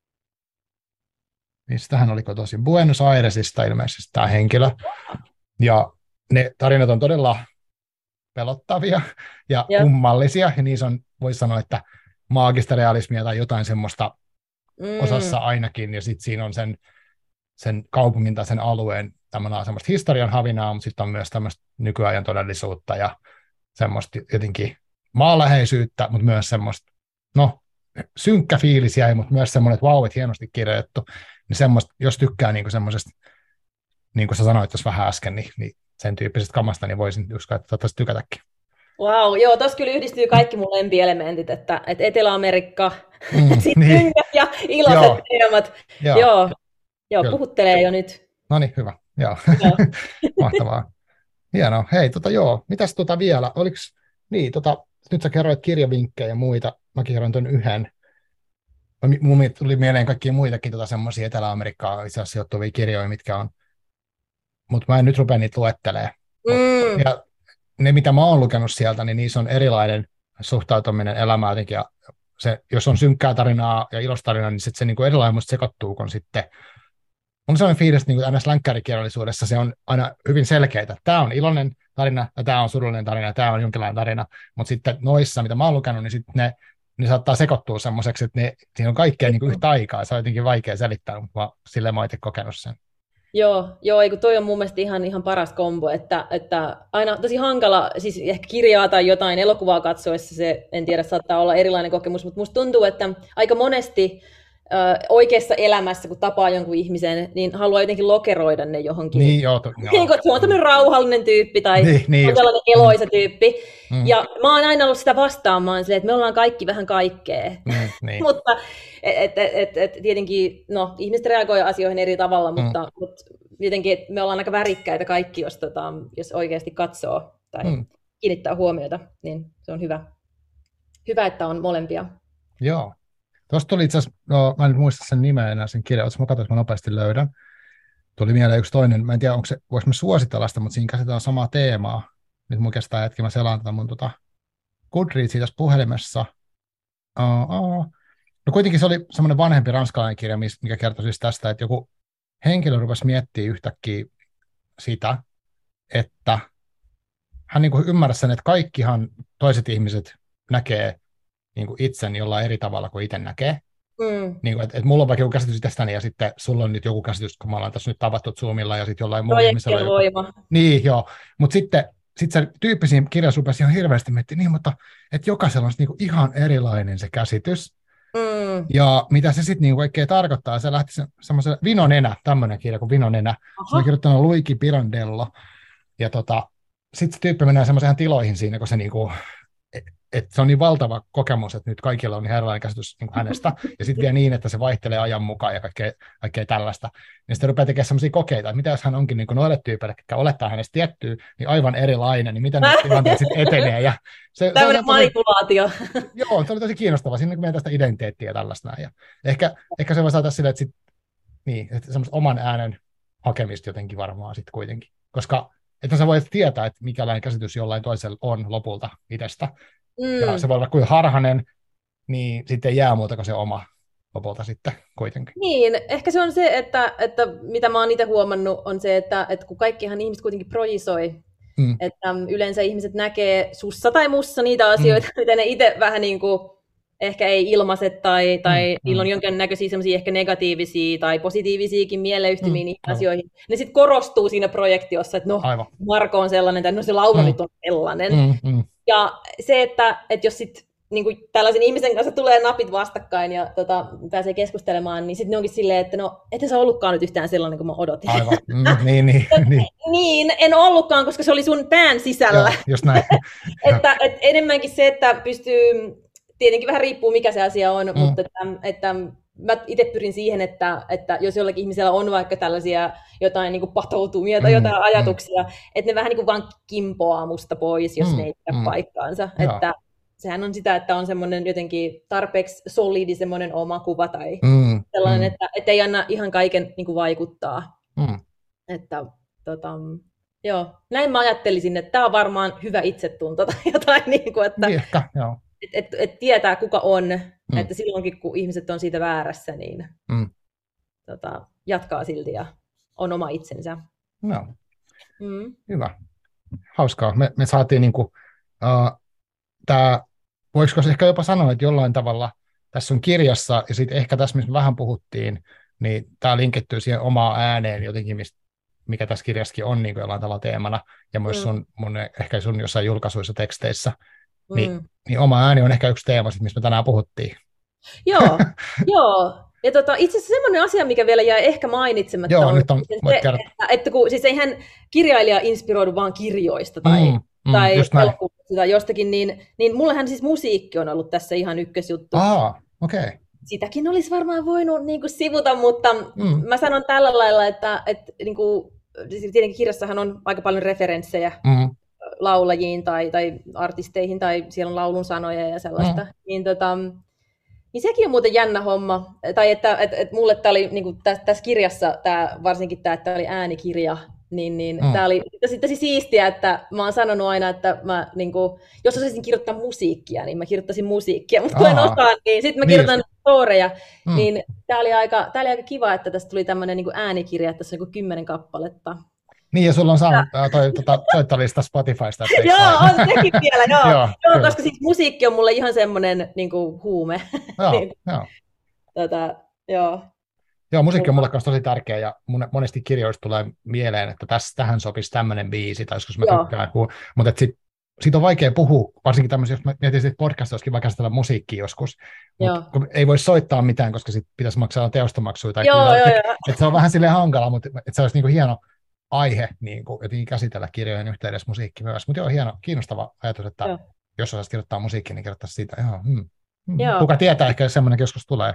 mistä hän oliko tosi, Buenos Airesista ilmeisesti tämä henkilö. Ja ne tarinat on todella pelottavia ja kummallisia, ja niissä on, voisi sanoa, että maagista realismia tai jotain semmoista osassa ainakin, ja sitten siinä on sen kaupungin tai sen alueen semmoista historian havinaa, mutta sitten on myös tämmöistä nykyajan todellisuutta ja semmoista jotenkin maanläheisyyttä, mutta myös semmoista, no, synkkä fiilis jäi, mutta myös semmoinen, että vau, että hienosti kirjoitettu, niin semmoista, jos tykkää niinku semmoisesta, niin kuin sä sanoit tuossa vähän äsken, niin sen tyyppisestä kamasta, niin voisin uskoa, että saattaisi tykätäkin. Wow, joo, tuossa kyllä yhdistyy kaikki mun lempielementit, että Etelä-Amerikka, niin. ja iloiset teemat. Joo, puhuttelee jo nyt. No niin, hyvä. Joo. Mahtavaa. Hienoa. Hei, mitäs vielä? Oliks, niin, nyt sä kerroit kirjavinkkejä ja muita. Mäkin kerroin ton yhden. Mun tuli mieleen kaikkia muitakin semmoisia Etelä-Amerikkaan itse asiassa sijoittuvia kirjoja, mitkä on, mutta mä en nyt rupea niitä luettelemaan. Ja ne, mitä mä oon lukenut sieltä, niin niissä on erilainen suhtautuminen elämään jotenkin. Ja se, jos on synkkää tarinaa ja ilostarinaa, niin se niin kuin erilainen musta sekoittuu, kun sitten on sellainen fiilis, että niin NS-länkkärikirjallisuudessa se on aina hyvin selkeää. Tämä on iloinen tarina, ja tämä on surullinen tarina, ja tämä on jonkinlainen tarina. Mutta sitten noissa, mitä mä oon lukenut, niin sitten ne saattaa sekoittua semmoiseksi, että siinä on kaikkea niin kuin yhtä aikaa. Se on jotenkin vaikea selittää, mutta silleen mä oon itse kokenut sen. Joo, eikö toi on mun mielestä ihan paras kombo, että aina tosi hankala, siis ehkä kirjaa tai jotain elokuvaa katsoessa se, en tiedä, saattaa olla erilainen kokemus, mutta musta tuntuu, että aika monesti oikeassa elämässä, kun tapaa jonkun ihmisen, niin haluaa jotenkin lokeroida ne johonkin. Niin, joo. Niin, kun se on tämmöinen rauhallinen tyyppi tai on sellainen eloisa tyyppi. Ja mä oon aina ollut sitä vastaamaan silleen, että me ollaan kaikki vähän kaikkea. Niin. Mutta tietenkin, no, ihmiset reagoi asioihin eri tavalla, mutta jotenkin me ollaan aika värikkäitä kaikki, jos oikeasti katsoo tai kiinnittää huomiota, niin se on hyvä. Hyvä, että on molempia. Joo. Tuosta tuli itse asiassa, mä en nyt muista sen nimeä enää sen kirjan, mä katsoin, että mä nopeasti löydän. Tuli mieleen yksi toinen, mä en tiedä, voiko mä suositella sitä, mutta siinä käsitellään samaa teemaa. Nyt mun kestää hetki, mä selaan tätä mun Goodreadsia tässä puhelimessa. No kuitenkin se oli semmoinen vanhempi ranskalainen kirja, mikä kertoi siis tästä, että joku henkilö rupesi miettimään yhtäkkiä sitä, että hän niin kuin ymmärsi sen, että kaikkihan toiset ihmiset näkee niin kuin itsen jollain eri tavalla kuin itse näkee. Niin kuin, että mulla on vaikka joku käsitys itsestäni ja sitten sulla on nyt joku käsitys, kun me ollaan tässä nyt tavattu Zoomilla ja sitten jollain muulla ihmisellä on voima. Niin, joo. Mutta sitten se tyyppi siinä kirjassa rupesi ihan hirveästi miettimään, niin, mutta että jokaisella on niin kuin ihan erilainen se käsitys. Ja mitä se sitten niin oikein tarkoittaa, se lähti semmoisen Vinonenä, tämmöinen kirja kuin Vinonenä. Se on kirjoittanut Luigi Pirandello. Ja sitten se tyyppi menee semmoiseen tiloihin siinä, kun se niinku, että se on niin valtava kokemus, että nyt kaikilla on ihan erilainen käsitys niin hänestä, ja sitten vielä niin, että se vaihtelee ajan mukaan ja kaikkea tällaista. Niin sitten rupeaa tekemään sellaisia kokeita, että mitä jos hän onkin niin noille tyypeille, jotka olettaa hänestä tiettyä, niin aivan erilainen, niin miten ne tilanteet sitten etenee. Ja tämmöinen manipulaatio. Joo, se oli tosi kiinnostavaa. Siinä meidän tästä identiteettiä ja tällaista näin. Ja ehkä se voi saada silleen, että semmoista oman äänen hakemista jotenkin varmaan sitten kuitenkin. Koska että sä voit tietää, että mikälainen käsitys jollain toisella on lopulta itsestä. Ja se voi olla kuin harhainen, niin sitten ei jää muuta kuin se oma lopulta sitten kuitenkin. Niin, ehkä se on se, että mitä mä oon itse huomannut, on se, että kun kaikkihan ihmiset kuitenkin projisoi, että yleensä ihmiset näkee sussa tai mussa niitä asioita, mitä ne itse vähän niin kuin ehkä ei ilmaise tai niillä on jonkinnäköisiä semmoisia ehkä negatiivisia tai positiivisiakin mieleyhtymiä niihin asioihin. Ne sitten korostuu siinä projektiossa, että no, Marko on sellainen, tai no se Laura nyt on sellainen. Ja se, että jos sitten niin tällaisen ihmisen kanssa tulee napit vastakkain ja pääsee keskustelemaan, niin sitten ne onkin silleen, että no, ette sä ollutkaan nyt yhtään sellainen kuin mä odotin. Aivan, niin. Niin, en ollutkaan, koska se oli sun pään sisällä. Joo, just näin. että enemmänkin se, että pystyy, tietenkin vähän riippuu mikä se asia on, mutta että mä itse pyrin siihen, että jos jollakin ihmisellä on vaikka tällaisia jotain niin kuin patoutumia tai jotain ajatuksia, että ne vähän niin kuin vaan kimpoaa musta pois, jos ne ei pidä paikkaansa. sehän on sitä, että on semmoinen jotenkin tarpeeksi solidi semmoinen oma kuva tai sellainen, että ei anna ihan kaiken niin kuin vaikuttaa. Että, joo, näin mä ajattelisin, että tämä on varmaan hyvä itsetunto tai jotain, niin kuin, että ehkä, joo. Et tietää kuka on, että silloinkin kun ihmiset on siitä väärässä, niin jatkaa silti ja on oma itsensä. No. Hyvä. Hauskaa. Me saatiin niinku, voisiko se ehkä jopa sanoa, että jollain tavalla tässä on kirjassa, ja sitten ehkä tässä, missä me vähän puhuttiin, niin tämä linkittyy siihen omaan ääneen jotenkin, mikä tässä kirjassakin on niin jollain tavalla teemana, ja myös ehkä sun jossain julkaisuissa teksteissä, niin oma ääni on ehkä yksi teema, mistä me tänään puhuttiin. Joo, joo. Ja itse asiassa semmoinen asia, mikä vielä jäi ehkä mainitsematta, joo, on nyt on että kun siis eihän kirjailija inspiroidu vaan kirjoista tai elokuvista tai jostakin, niin mullehan siis musiikki on ollut tässä ihan ykkösjuttu. Okei. Sitäkin olisi varmaan voinut niin kuin sivuta, mutta mä sanon tällä lailla, että niin kuin, tietenkin kirjassahan on aika paljon referenssejä laulajiin tai artisteihin, tai siellä on laulun sanoja ja sellaista. Niin sekin on muuten jännä homma. Tai että mulle tämä oli niin kuin tässä kirjassa, varsinkin tämä, että tämä oli äänikirja, niin tämä oli tosi siistiä, että mä oon sanonut aina, että mä, niin kuin, jos osaisin kirjoittaa musiikkia, niin mä kirjoittaisin musiikkia, mutta kun en osaa, niin sitten mä kirjoitan storeja. Niin tämä oli aika kiva, että tästä tuli tämmöinen niin kuin äänikirja, että tässä on 10 kappaletta. Niin, ja sulla on saanut soittolista Spotifysta. Joo, on sekin vielä, joo, koska siis musiikki on mulle ihan semmoinen niin kuin huume. Joo, musiikki on mulle myös tosi tärkeä, ja monesti kirjoista tulee mieleen, että tähän sopisi tämmöinen biisi, tai joskus mä tykkään, mutta siitä on vaikea puhua, varsinkin tämmöisiä, jos mä mietin, että podcastissa olisikin vaikka käsitellä musiikkia joskus, mutta ei voi soittaa mitään, koska sitten pitäisi maksaa teostomaksuja, että se on vähän silleen hankala, mutta että se olisi niin kuin hieno aihe niin kuin jotenkin käsitellä kirjojen yhteydessä musiikki myös, mutta hieno, kiinnostava ajatus, että jos osaisi kirjoittaa musiikkia, niin kirjoittaisi siitä, kuka tietää, ehkä semmoinen joskus tulee.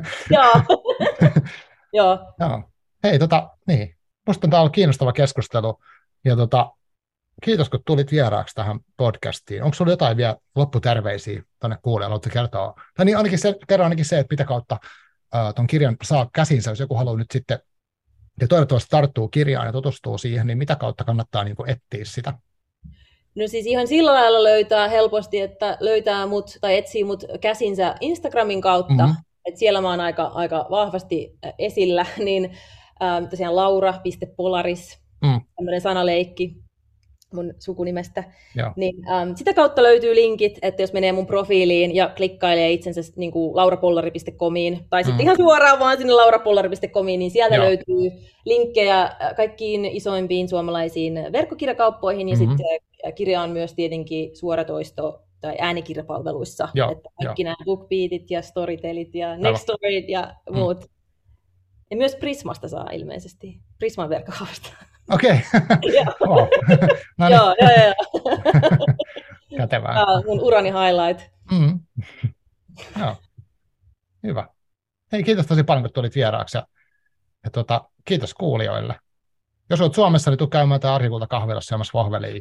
Joo. Hei, niin. Musta tämä on ollut kiinnostava keskustelu, ja kiitos, kun tulit vieraaksi tähän podcastiin. Onko sinulla jotain vielä lopputärveisiä tuonne kuulijalle, haluatko kertoa? Tai niin kerro ainakin se, että mitä kautta tuon kirjan saa käsinsä, jos joku haluaa nyt sitten, ja toivottavasti tarttuu kirjaan ja tutustuu siihen, niin mitä kautta kannattaa niin kuin etsiä sitä? No siis ihan sillä lailla löytää helposti, että löytää mut tai etsii mut käsinsä Instagramin kautta, että siellä mä oon aika vahvasti esillä, niin tosiaan laura.polaris, tämmöinen sanaleikki mun sukunimestä, niin sitä kautta löytyy linkit, että jos menee mun profiiliin ja klikkailee itsensä niin kuin laurapollari.comiin, tai sitten ihan suoraan vaan sinne laurapollari.comiin, niin sieltä löytyy linkkejä kaikkiin isoimpiin suomalaisiin verkkokirjakauppoihin, ja sitten kirja on myös tietenkin suoratoisto tai äänikirjapalveluissa, että kaikki nämä BookBeatit ja Storytelit ja Nextoryt ja muut. Ja myös Prismasta saa ilmeisesti, Prisman verkkokaupasta. Okei. Wow. No niin. Joo. Kätevää. Tämä on mun urani highlight. Joo. Hyvä. Hei, kiitos tosi paljon, kun tulit vieraaksi. Ja kiitos kuulijoille. Jos olet Suomessa, niin tule käymään tämä Arkikulta kahvilassa syömässä vohvelia.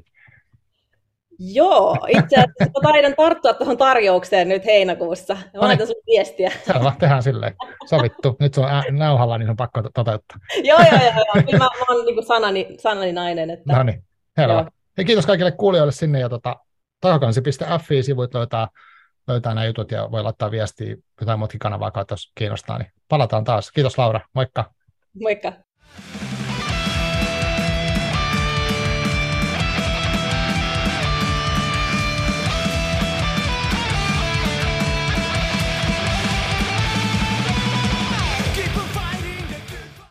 Joo, itse asiassa taidan tarttua tuohon tarjoukseen nyt heinäkuussa. Mä laitan sun viestiä. Selvä, tehdään silleen. Sovittu. Nyt se on nauhalla, niin se on pakko toteuttaa. Joo. Kyllä mä oon niin sanani nainen. Että... No niin, selvä. Hei, kiitos kaikille kuulijoille sinne. Ja tahokansi.fi-sivuit löytää nämä jutut ja voi laittaa viestiä jotain muutkin kanavaa kautta, jos kiinnostaa. Niin palataan taas. Kiitos Laura, moikka. Moikka.